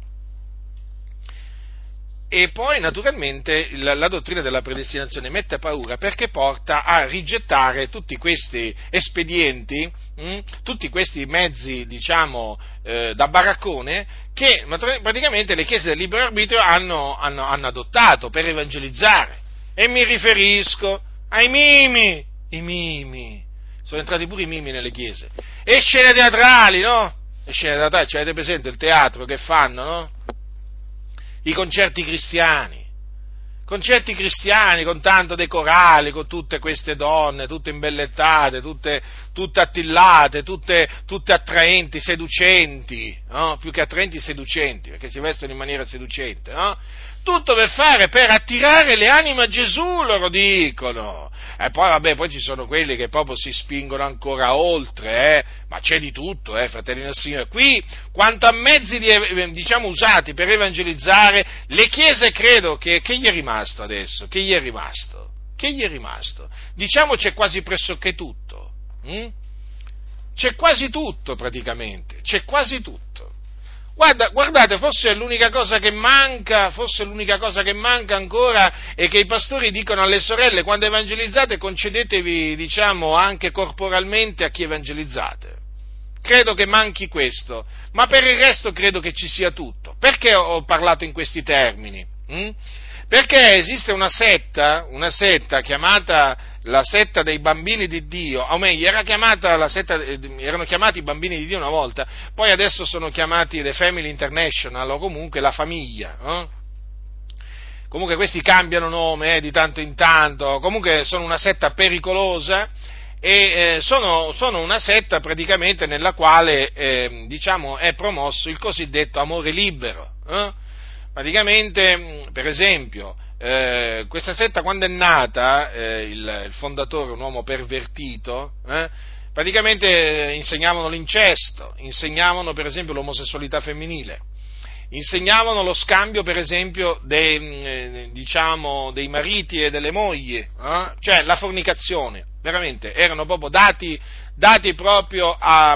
E poi naturalmente la, la dottrina della predestinazione mette paura perché porta a rigettare tutti questi espedienti, mh, tutti questi mezzi, diciamo, eh, da baraccone che praticamente le chiese del libero arbitrio hanno, hanno, hanno adottato per evangelizzare. E mi riferisco ai mimi, i mimi, sono entrati pure i mimi nelle chiese, e scene teatrali, no? Le scene teatrali, cioè, avete presente il teatro che fanno, no? I concerti cristiani, concerti cristiani con tanto dei corali, con tutte queste donne, tutte imbellettate, tutte, tutte attillate, tutte, tutte attraenti, seducenti, no? Più che attraenti, seducenti, perché si vestono in maniera seducente, no? Tutto per fare, per attirare le anime a Gesù, loro dicono. E poi, vabbè, poi ci sono quelli che proprio si spingono ancora oltre, eh? Ma c'è di tutto, eh, fratelli del Signore. Qui, quanto a mezzi, di, diciamo, usati per evangelizzare, le chiese credo che, che gli è rimasto adesso? Che gli è rimasto? Che gli è rimasto? Diciamo c'è quasi pressoché tutto. Hm? C'è quasi tutto, praticamente. C'è quasi tutto. Guarda, guardate, forse l'unica cosa che manca, forse l'unica cosa che manca ancora è che i pastori dicono alle sorelle: quando evangelizzate concedetevi, diciamo, anche corporalmente a chi evangelizzate. Credo che manchi questo, ma per il resto credo che ci sia tutto. Perché ho parlato in questi termini? Hm? Perché esiste una setta, una setta chiamata la setta dei bambini di Dio, o meglio, era chiamata la setta, erano chiamati i bambini di Dio una volta, poi adesso sono chiamati The Family International, o comunque la famiglia, no? Comunque questi cambiano nome eh, di tanto in tanto, comunque sono una setta pericolosa, e eh, sono, sono una setta praticamente nella quale eh, diciamo è promosso il cosiddetto amore libero, eh? Praticamente, per esempio, eh, questa setta quando è nata, eh, il, il fondatore, un uomo pervertito, eh, praticamente insegnavano l'incesto, insegnavano per esempio l'omosessualità femminile, insegnavano lo scambio per esempio dei, eh, diciamo, dei mariti e delle mogli, eh, cioè la fornicazione, veramente erano proprio dati, dati proprio a...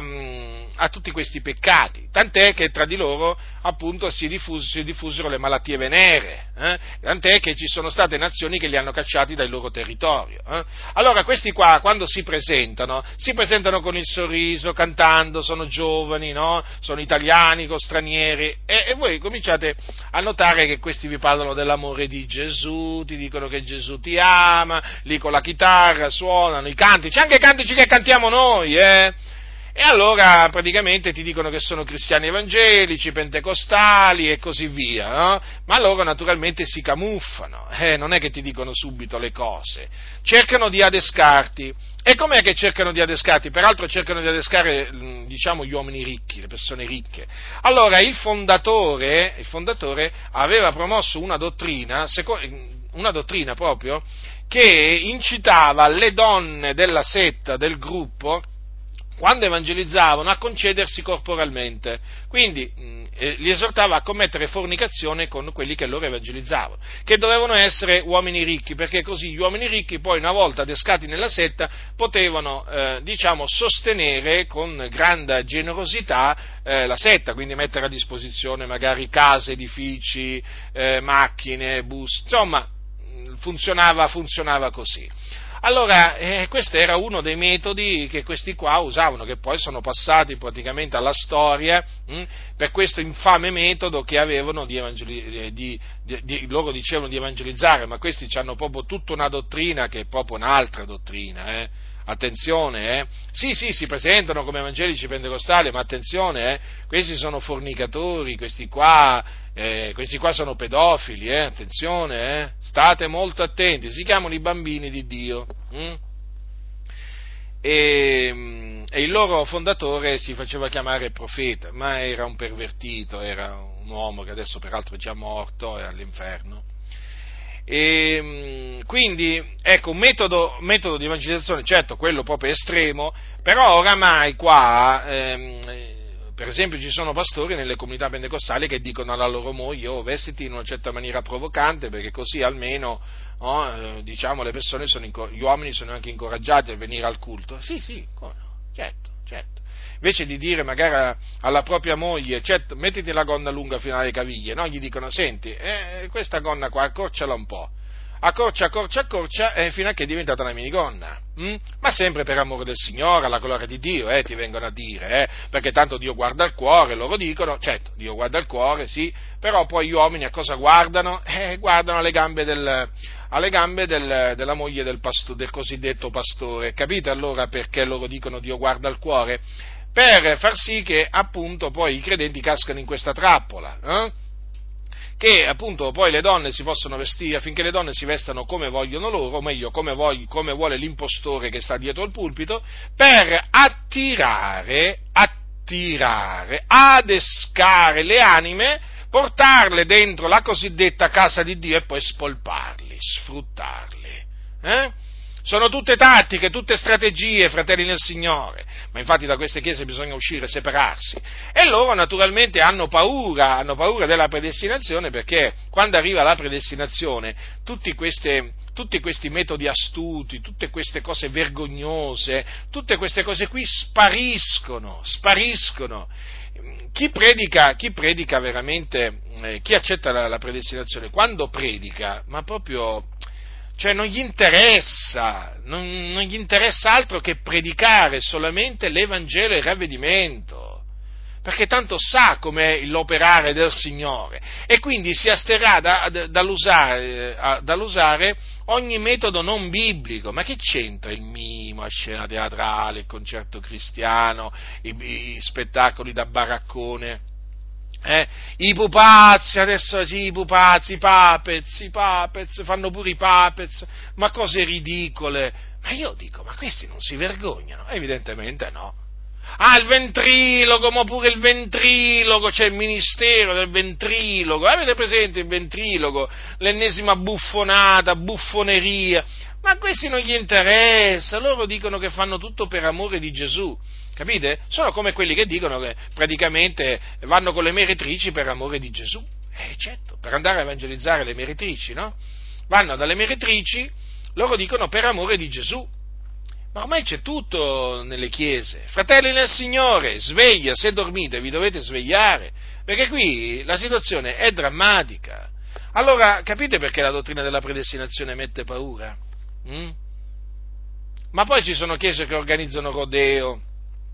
a tutti questi peccati, tant'è che tra di loro appunto si, diffus- si diffusero le malattie venere, eh? Tant'è che ci sono state nazioni che li hanno cacciati dal loro territorio. Eh? Allora questi qua quando si presentano, si presentano con il sorriso, cantando, sono giovani, no? Sono italiani con stranieri, e, e voi cominciate a notare che questi vi parlano dell'amore di Gesù, ti dicono che Gesù ti ama, lì con la chitarra suonano i cantici, anche i cantici che cantiamo noi, eh? E allora praticamente ti dicono che sono cristiani evangelici, pentecostali e così via, no? Ma loro naturalmente si camuffano, eh, non è che ti dicono subito le cose, cercano di adescarti. E com'è che cercano di adescarti? Peraltro cercano di adescare, diciamo, gli uomini ricchi, le persone ricche. Allora il fondatore, il fondatore aveva promosso una dottrina, una dottrina proprio, che incitava le donne della setta, del gruppo, quando evangelizzavano, a concedersi corporalmente, quindi mh, eh, li esortava a commettere fornicazione con quelli che loro evangelizzavano, che dovevano essere uomini ricchi, perché così gli uomini ricchi poi, una volta adescati nella setta, potevano eh, diciamo sostenere con grande generosità eh, la setta, quindi mettere a disposizione magari case, edifici, eh, macchine, bus, insomma funzionava, funzionava così. Allora, eh, questo era uno dei metodi che questi qua usavano, che poi sono passati praticamente alla storia mh, per questo infame metodo che avevano di, evangeli- di, di, di loro dicevano di evangelizzare, ma questi hanno proprio tutta una dottrina che è proprio un'altra dottrina, eh. Attenzione, eh. Sì, sì, si presentano come evangelici pentecostali, ma attenzione, eh. Questi sono fornicatori, questi qua, eh, questi qua sono pedofili, eh. Attenzione, eh. State molto attenti, si chiamano i bambini di Dio. Hm? E, e il loro fondatore si faceva chiamare profeta, ma era un pervertito, era un uomo che adesso peraltro è già morto, è all'inferno. E quindi ecco un metodo, metodo di evangelizzazione, certo quello proprio estremo, però oramai qua ehm, per esempio ci sono pastori nelle comunità pentecostali che dicono alla loro moglie: oh, vestiti in una certa maniera provocante, perché così almeno oh, eh, diciamo le persone sono inco- gli uomini sono anche incoraggiati a venire al culto. Sì, sì, come no? certo, certo. Invece di dire magari alla propria moglie: certo, mettiti la gonna lunga fino alle caviglie, no? Gli dicono: senti, eh, questa gonna qua accorciala un po', accorcia, accorcia, accorcia, eh, fino a che è diventata una minigonna, hm? Ma sempre per amore del Signore, alla gloria di Dio, eh, ti vengono a dire, eh, perché tanto Dio guarda il cuore, loro dicono, certo, Dio guarda il cuore, sì, però poi gli uomini a cosa guardano? Eh, guardano alle gambe, del, alle gambe del, della moglie del, pasto, del cosiddetto pastore. Capite allora perché loro dicono Dio guarda al cuore? Per far sì che appunto poi i credenti cascano in questa trappola, eh? Che appunto poi le donne si possono vestire, affinché le donne si vestano come vogliono loro, o meglio come, voglio, come vuole l'impostore che sta dietro il pulpito, per attirare, attirare, adescare le anime, portarle dentro la cosiddetta casa di Dio e poi spolparli, sfruttarli. Eh? Sono tutte tattiche, tutte strategie, fratelli nel Signore, ma infatti da queste chiese bisogna uscire, separarsi. E loro naturalmente hanno paura, hanno paura della predestinazione, perché quando arriva la predestinazione, tutti, queste, tutti questi metodi astuti, tutte queste cose vergognose, tutte queste cose qui spariscono, spariscono. Chi predica, chi predica veramente, eh, chi accetta la, la predestinazione, quando predica, ma proprio... Cioè non gli interessa, non, non gli interessa altro che predicare solamente l'Evangelo e il ravvedimento, perché tanto sa com'è l'operare del Signore e quindi si asterrà da, da, dall'usare, dall'usare ogni metodo non biblico. Ma che c'entra il mimo, la scena teatrale, il concerto cristiano, i, i spettacoli da baraccone? Eh, I pupazzi, adesso sì, i pupazzi, i puppets, i puppets, fanno pure i puppets, ma cose ridicole. Ma io dico, ma questi non si vergognano? Evidentemente no. Ah, il ventrilogo, ma pure il ventrilogo, c'è il ministero del ventrilogo, avete presente il ventrilogo? L'ennesima buffonata, buffoneria, ma a questi non gli interessa, loro dicono che fanno tutto per amore di Gesù. Capite? Sono come quelli che dicono che praticamente vanno con le meretrici per amore di Gesù. Eh, certo, per andare a evangelizzare le meretrici, no? Vanno dalle meretrici, loro dicono per amore di Gesù. Ma ormai c'è tutto nelle chiese. Fratelli nel Signore, sveglia, se dormite vi dovete svegliare, perché qui la situazione è drammatica. Allora, capite perché la dottrina della predestinazione mette paura? Mm? Ma poi ci sono chiese che organizzano rodeo,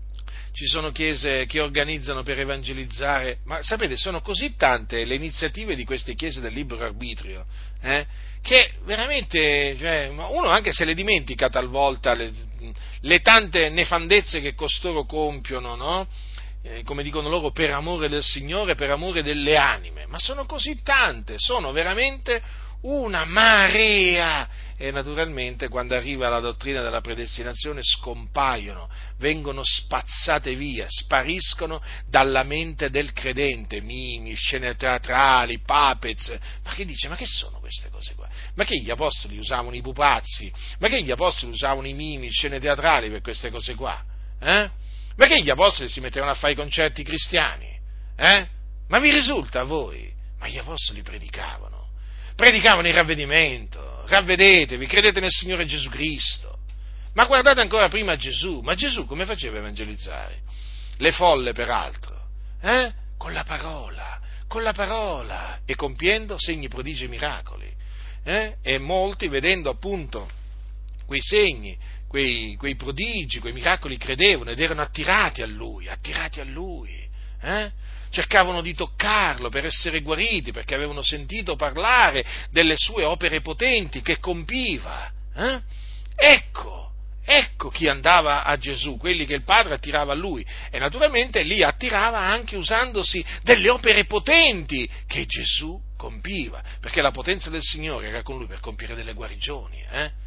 ci sono chiese che organizzano per evangelizzare, ma sapete, sono così tante le iniziative di queste chiese del libero arbitrio, eh, che veramente, cioè, uno anche se le dimentica talvolta le, le tante nefandezze che costoro compiono, no? Eh, come dicono loro, per amore del Signore, per amore delle anime, ma sono così tante, sono veramente una marea, e naturalmente quando arriva la dottrina della predestinazione scompaiono, vengono spazzate via, spariscono dalla mente del credente, mimi, scene teatrali, puppets. Ma che dice? Ma che sono queste cose qua? Ma che gli apostoli usavano i pupazzi? Ma che gli apostoli usavano i mimi, scene teatrali per queste cose qua? Eh? Ma che gli apostoli si mettevano a fare i concerti cristiani? Eh? Ma vi risulta a voi? Ma gli apostoli predicavano. Predicavano il ravvedimento, ravvedetevi, credete nel Signore Gesù Cristo. Ma guardate ancora prima Gesù, ma Gesù come faceva a evangelizzare? Le folle peraltro, eh? Con la parola, con la parola, e compiendo segni, prodigi e miracoli. Eh? E molti, vedendo appunto quei segni, quei, quei prodigi, quei miracoli, credevano ed erano attirati a Lui, attirati a Lui, eh? Cercavano di toccarlo per essere guariti, perché avevano sentito parlare delle sue opere potenti che compiva. Eh? Ecco, ecco chi andava a Gesù, quelli che il Padre attirava a Lui, e naturalmente li attirava anche usandosi delle opere potenti che Gesù compiva, perché la potenza del Signore era con Lui per compiere delle guarigioni, eh?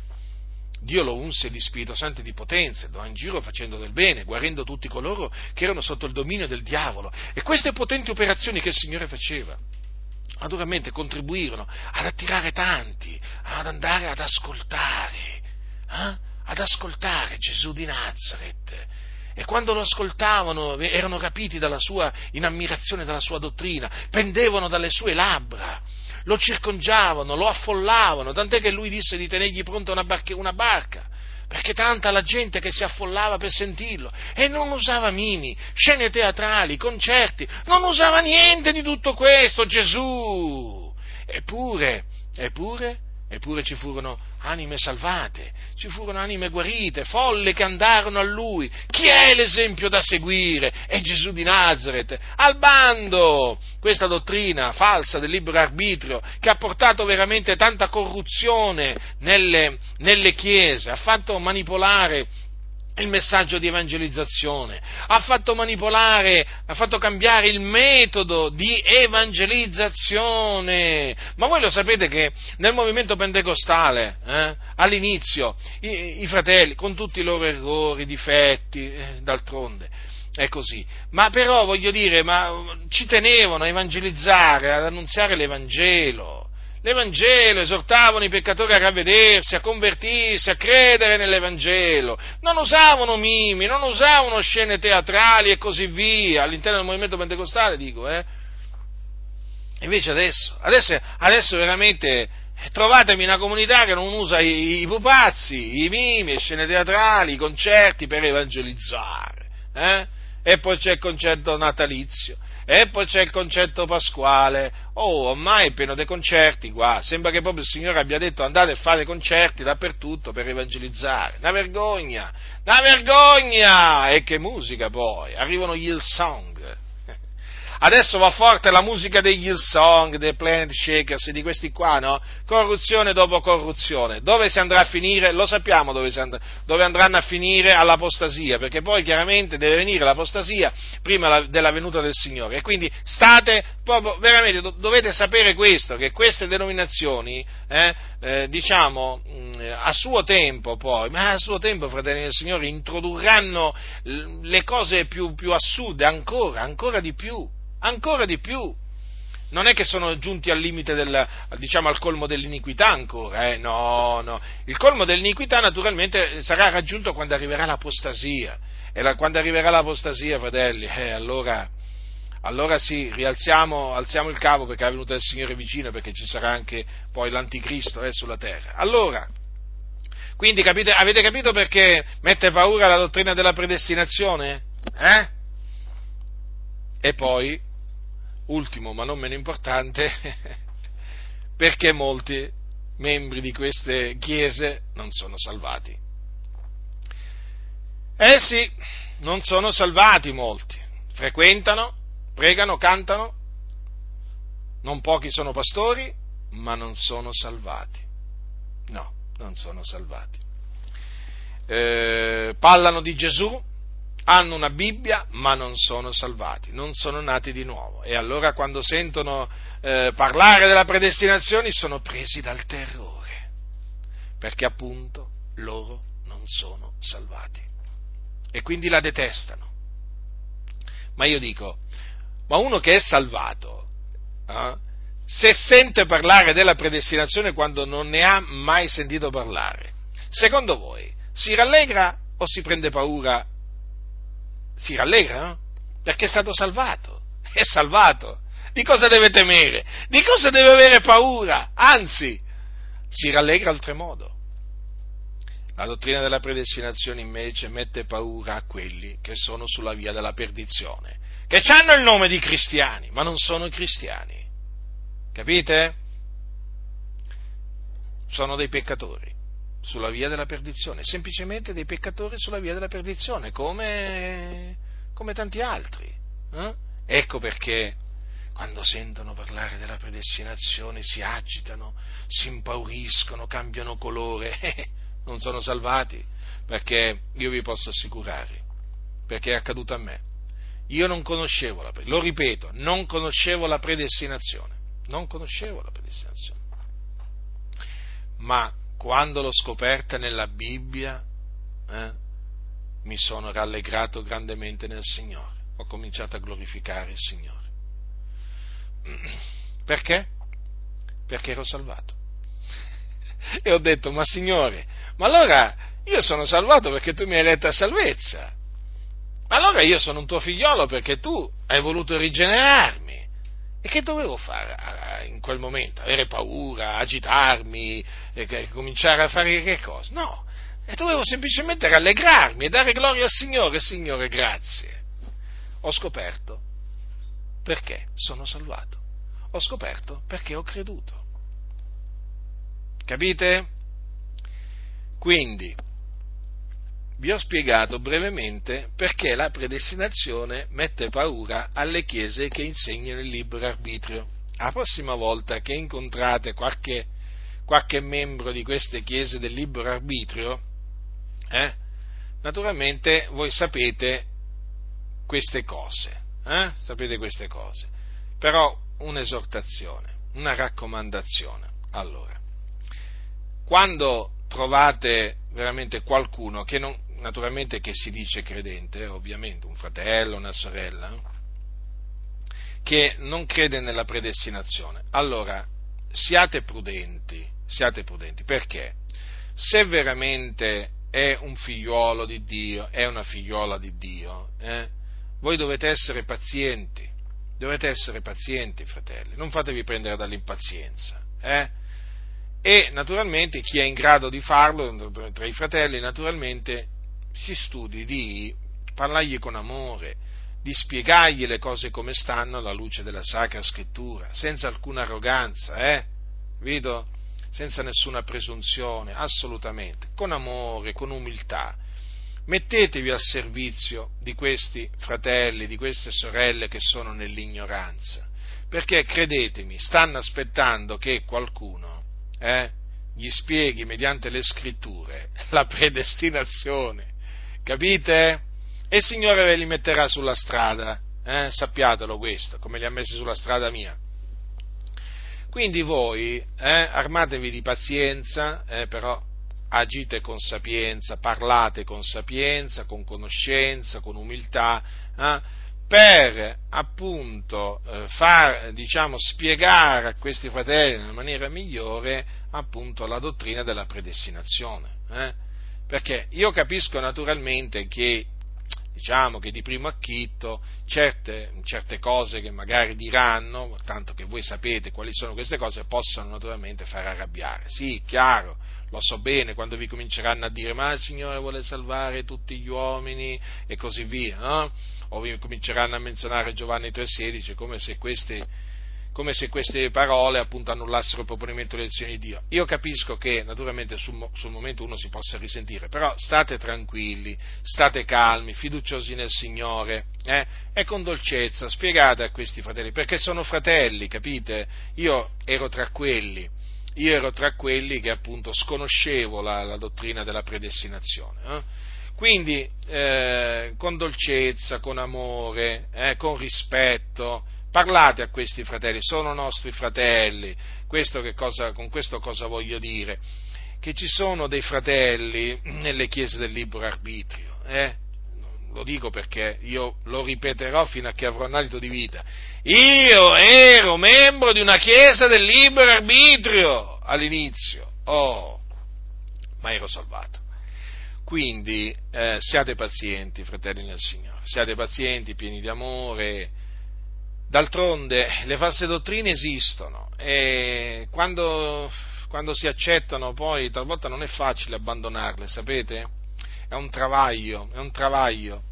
Dio lo unse di Spirito Santo e di potenza, andò in giro facendo del bene, guarendo tutti coloro che erano sotto il dominio del diavolo. E queste potenti operazioni che il Signore faceva, naturalmente contribuirono ad attirare tanti, ad andare ad ascoltare, eh? ad ascoltare Gesù di Nazaret. E quando lo ascoltavano erano rapiti dalla sua, in ammirazione dalla sua dottrina, pendevano dalle sue labbra, lo circongiavano, lo affollavano, tant'è che lui disse di tenergli pronta una barca, una barca, perché tanta la gente che si affollava per sentirlo, e non usava mimi, scene teatrali, concerti, non usava niente di tutto questo Gesù. Eppure, eppure, Eppure ci furono anime salvate, ci furono anime guarite, folle che andarono a lui. Chi è l'esempio da seguire? È Gesù di Nazaret. Al bando questa dottrina falsa del libero arbitrio, che ha portato veramente tanta corruzione nelle, nelle chiese, ha fatto manipolare il messaggio di evangelizzazione, ha fatto manipolare, ha fatto cambiare il metodo di evangelizzazione. Ma voi lo sapete che nel movimento pentecostale, eh, all'inizio, i, i fratelli, con tutti i loro errori, difetti, eh, d'altronde, è così, ma però voglio dire, ma ci tenevano a evangelizzare, ad annunziare l'Evangelo. L'Evangelo, esortavano i peccatori a ravvedersi, a convertirsi, a credere nell'Evangelo, non usavano mimi, non usavano scene teatrali e così via, all'interno del movimento pentecostale, dico, eh. Invece adesso, adesso, adesso veramente trovatemi una comunità che non usa i, i pupazzi, i mimi, le scene teatrali, i concerti per evangelizzare, eh? E poi c'è il concetto natalizio, e poi c'è il concetto pasquale. Oh, ormai è pieno dei concerti qua, sembra che proprio il Signore abbia detto andate a fare concerti dappertutto per evangelizzare. Una vergogna, una vergogna! E che musica poi, arrivano gli Hillsong. Adesso va forte la musica degli Hillsong, dei Planet Shakers, di questi qua, no? Corruzione dopo corruzione. Dove si andrà a finire? Lo sappiamo dove, si and- dove andranno a finire, all'apostasia, perché poi chiaramente deve venire l'apostasia prima la- della venuta del Signore. E quindi state proprio, veramente, do- dovete sapere questo, che queste denominazioni, eh, eh, diciamo, mh, a suo tempo poi, ma a suo tempo, fratelli del Signore, introdurranno l- le cose più, più assurde, ancora, ancora di più. Ancora di più, non è che sono giunti al limite del, diciamo, al colmo dell'iniquità ancora, eh? no, no, il colmo dell'iniquità naturalmente sarà raggiunto quando arriverà l'apostasia, e la, quando arriverà l'apostasia, fratelli, eh, allora, allora sì, rialziamo, alziamo il capo perché la venuta del Signore è vicina, perché ci sarà anche poi l'anticristo eh, sulla terra. Allora, quindi capite, avete capito perché mette paura la dottrina della predestinazione? Eh? E poi, ultimo ma non meno importante, perché molti membri di queste chiese non sono salvati. Eh sì, non sono salvati molti, frequentano, pregano, cantano, non pochi sono pastori, ma non sono salvati. No, non sono salvati. Eh, parlano di Gesù, hanno una Bibbia, ma non sono salvati, non sono nati di nuovo. E allora quando sentono eh, parlare della predestinazione sono presi dal terrore, perché appunto loro non sono salvati. E quindi la detestano. Ma io dico, ma uno che è salvato, eh, se sente parlare della predestinazione quando non ne ha mai sentito parlare, secondo voi si rallegra o si prende paura? Si rallegra, no? Perché è stato salvato, è salvato. Di cosa deve temere? Di cosa deve avere paura? Anzi, si rallegra oltremodo. La dottrina della predestinazione invece mette paura a quelli che sono sulla via della perdizione, che hanno il nome di cristiani, ma non sono cristiani. Capite? Sono dei peccatori sulla via della perdizione, semplicemente dei peccatori sulla via della perdizione, come, come tanti altri. Eh? Ecco perché quando sentono parlare della predestinazione si agitano, si impauriscono, cambiano colore, non sono salvati, perché io vi posso assicurare, perché è accaduto a me. Io non conoscevo la, lo ripeto, non conoscevo la predestinazione, non conoscevo la predestinazione, ma quando l'ho scoperta nella Bibbia, eh, mi sono rallegrato grandemente nel Signore, ho cominciato a glorificare il Signore. Perché? Perché ero salvato. E ho detto, ma Signore, ma allora io sono salvato perché tu mi hai letto a salvezza. Ma allora io sono un tuo figliolo perché tu hai voluto rigenerarmi. E che dovevo fare in quel momento? Avere paura, agitarmi, e cominciare a fare che cosa? No, e dovevo semplicemente rallegrarmi e dare gloria al Signore. Signore, grazie. Ho scoperto perché sono salvato. Ho scoperto perché ho creduto. Capite? Quindi, vi ho spiegato brevemente perché la predestinazione mette paura alle chiese che insegnano il libero arbitrio. La prossima volta che incontrate qualche, qualche membro di queste chiese del libero arbitrio, eh, naturalmente voi sapete queste cose, eh? sapete queste cose, però un'esortazione, una raccomandazione. Allora, quando trovate veramente qualcuno che non, naturalmente che si dice credente, ovviamente un fratello, una sorella, che non crede nella predestinazione, allora siate prudenti, siate prudenti, perché se veramente è un figliuolo di Dio, è una figliuola di Dio, eh, voi dovete essere pazienti, dovete essere pazienti, fratelli, non fatevi prendere dall'impazienza, eh? E naturalmente chi è in grado di farlo tra i fratelli, naturalmente si studi di parlargli con amore, di spiegargli le cose come stanno alla luce della Sacra Scrittura, senza alcuna arroganza, eh? Vedo? Senza nessuna presunzione, assolutamente, con amore, con umiltà. Mettetevi al servizio di questi fratelli, di queste sorelle che sono nell'ignoranza, perché credetemi, stanno aspettando che qualcuno eh, gli spieghi mediante le scritture la predestinazione, capite? E il Signore ve li metterà sulla strada, eh? sappiatelo questo, come li ha messi sulla strada mia. Quindi voi eh, armatevi di pazienza, eh, però agite con sapienza, parlate con sapienza, con conoscenza, con umiltà, eh, per appunto eh, far, diciamo, spiegare a questi fratelli nella maniera migliore appunto la dottrina della predestinazione. Eh? Perché io capisco naturalmente che diciamo che di primo acchitto certe, certe cose che magari diranno, tanto che voi sapete quali sono queste cose, possono naturalmente far arrabbiare. Sì, chiaro, lo so bene, quando vi cominceranno a dire ma il Signore vuole salvare tutti gli uomini e così via, no? O vi cominceranno a menzionare Giovanni tre sedici come se queste come se queste parole appunto annullassero il proponimento dell'elezione di Dio. Io capisco che naturalmente sul, sul momento uno si possa risentire, però state tranquilli, state calmi, fiduciosi nel Signore, eh? E con dolcezza spiegate a questi fratelli, perché sono fratelli, capite? Io ero tra quelli, io ero tra quelli che appunto sconoscevo la, la dottrina della predestinazione, eh? Quindi eh, con dolcezza, con amore, eh, con rispetto, parlate a questi fratelli, sono nostri fratelli. Questo che cosa, con questo cosa voglio dire? Che ci sono dei fratelli nelle chiese del libero arbitrio, eh? Lo dico perché io lo ripeterò fino a che avrò un alito di vita. Io ero membro di una chiesa del libero arbitrio all'inizio, oh, ma ero salvato. Quindi eh, siate pazienti, fratelli nel Signore, siate pazienti, pieni di amore. D'altronde le false dottrine esistono e quando, quando si accettano poi talvolta non è facile abbandonarle, sapete? È un travaglio, è un travaglio,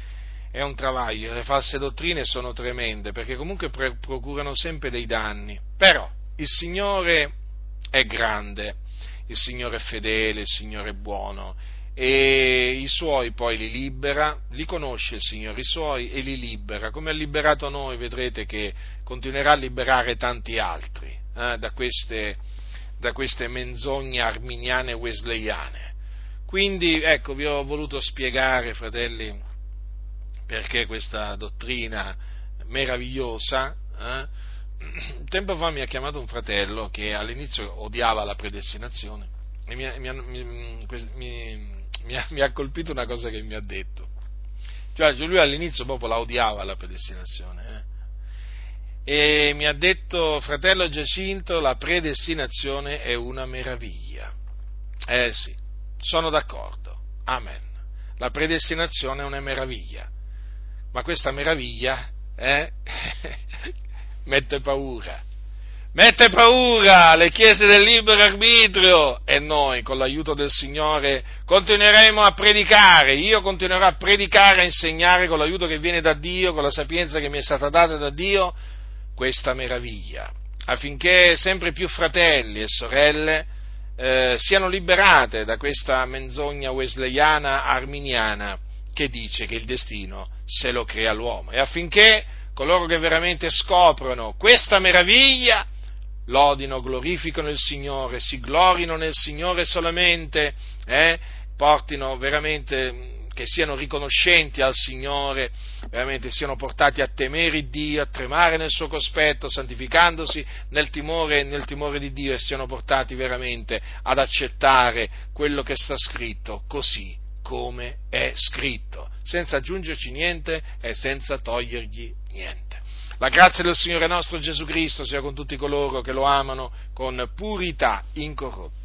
è un travaglio. Le false dottrine sono tremende perché comunque pre- procurano sempre dei danni, però il Signore è grande, il Signore è fedele, il Signore è buono. E i suoi poi li libera, li conosce il Signore, i suoi, e li libera, come ha liberato noi, vedrete che continuerà a liberare tanti altri eh, da, queste, da queste menzogne arminiane e wesleyane. Quindi, ecco, vi ho voluto spiegare, fratelli, perché questa dottrina meravigliosa, eh, tempo fa mi ha chiamato un fratello che all'inizio odiava la predestinazione e mi, mi, mi, mi Mi ha, mi ha colpito una cosa che mi ha detto, cioè lui all'inizio proprio la odiava la predestinazione eh? E mi ha detto: fratello Giacinto, la predestinazione è una meraviglia. Eh sì, sono d'accordo, amen, la predestinazione è una meraviglia, ma questa meraviglia eh, mette paura. Mette paura alle chiese del libero arbitrio e noi con l'aiuto del Signore continueremo a predicare, io continuerò a predicare, a insegnare con l'aiuto che viene da Dio, con la sapienza che mi è stata data da Dio, questa meraviglia, affinché sempre più fratelli e sorelle eh, siano liberate da questa menzogna wesleyana arminiana che dice che il destino se lo crea l'uomo, e affinché coloro che veramente scoprono questa meraviglia lodino, glorificano il Signore, si glorino nel Signore solamente, eh, portino veramente, che siano riconoscenti al Signore, veramente siano portati a temere Dio, a tremare nel suo cospetto, santificandosi nel timore, nel timore di Dio, e siano portati veramente ad accettare quello che sta scritto così come è scritto, senza aggiungerci niente e senza togliergli niente. La grazia del Signore nostro Gesù Cristo sia con tutti coloro che lo amano con purità incorrotta.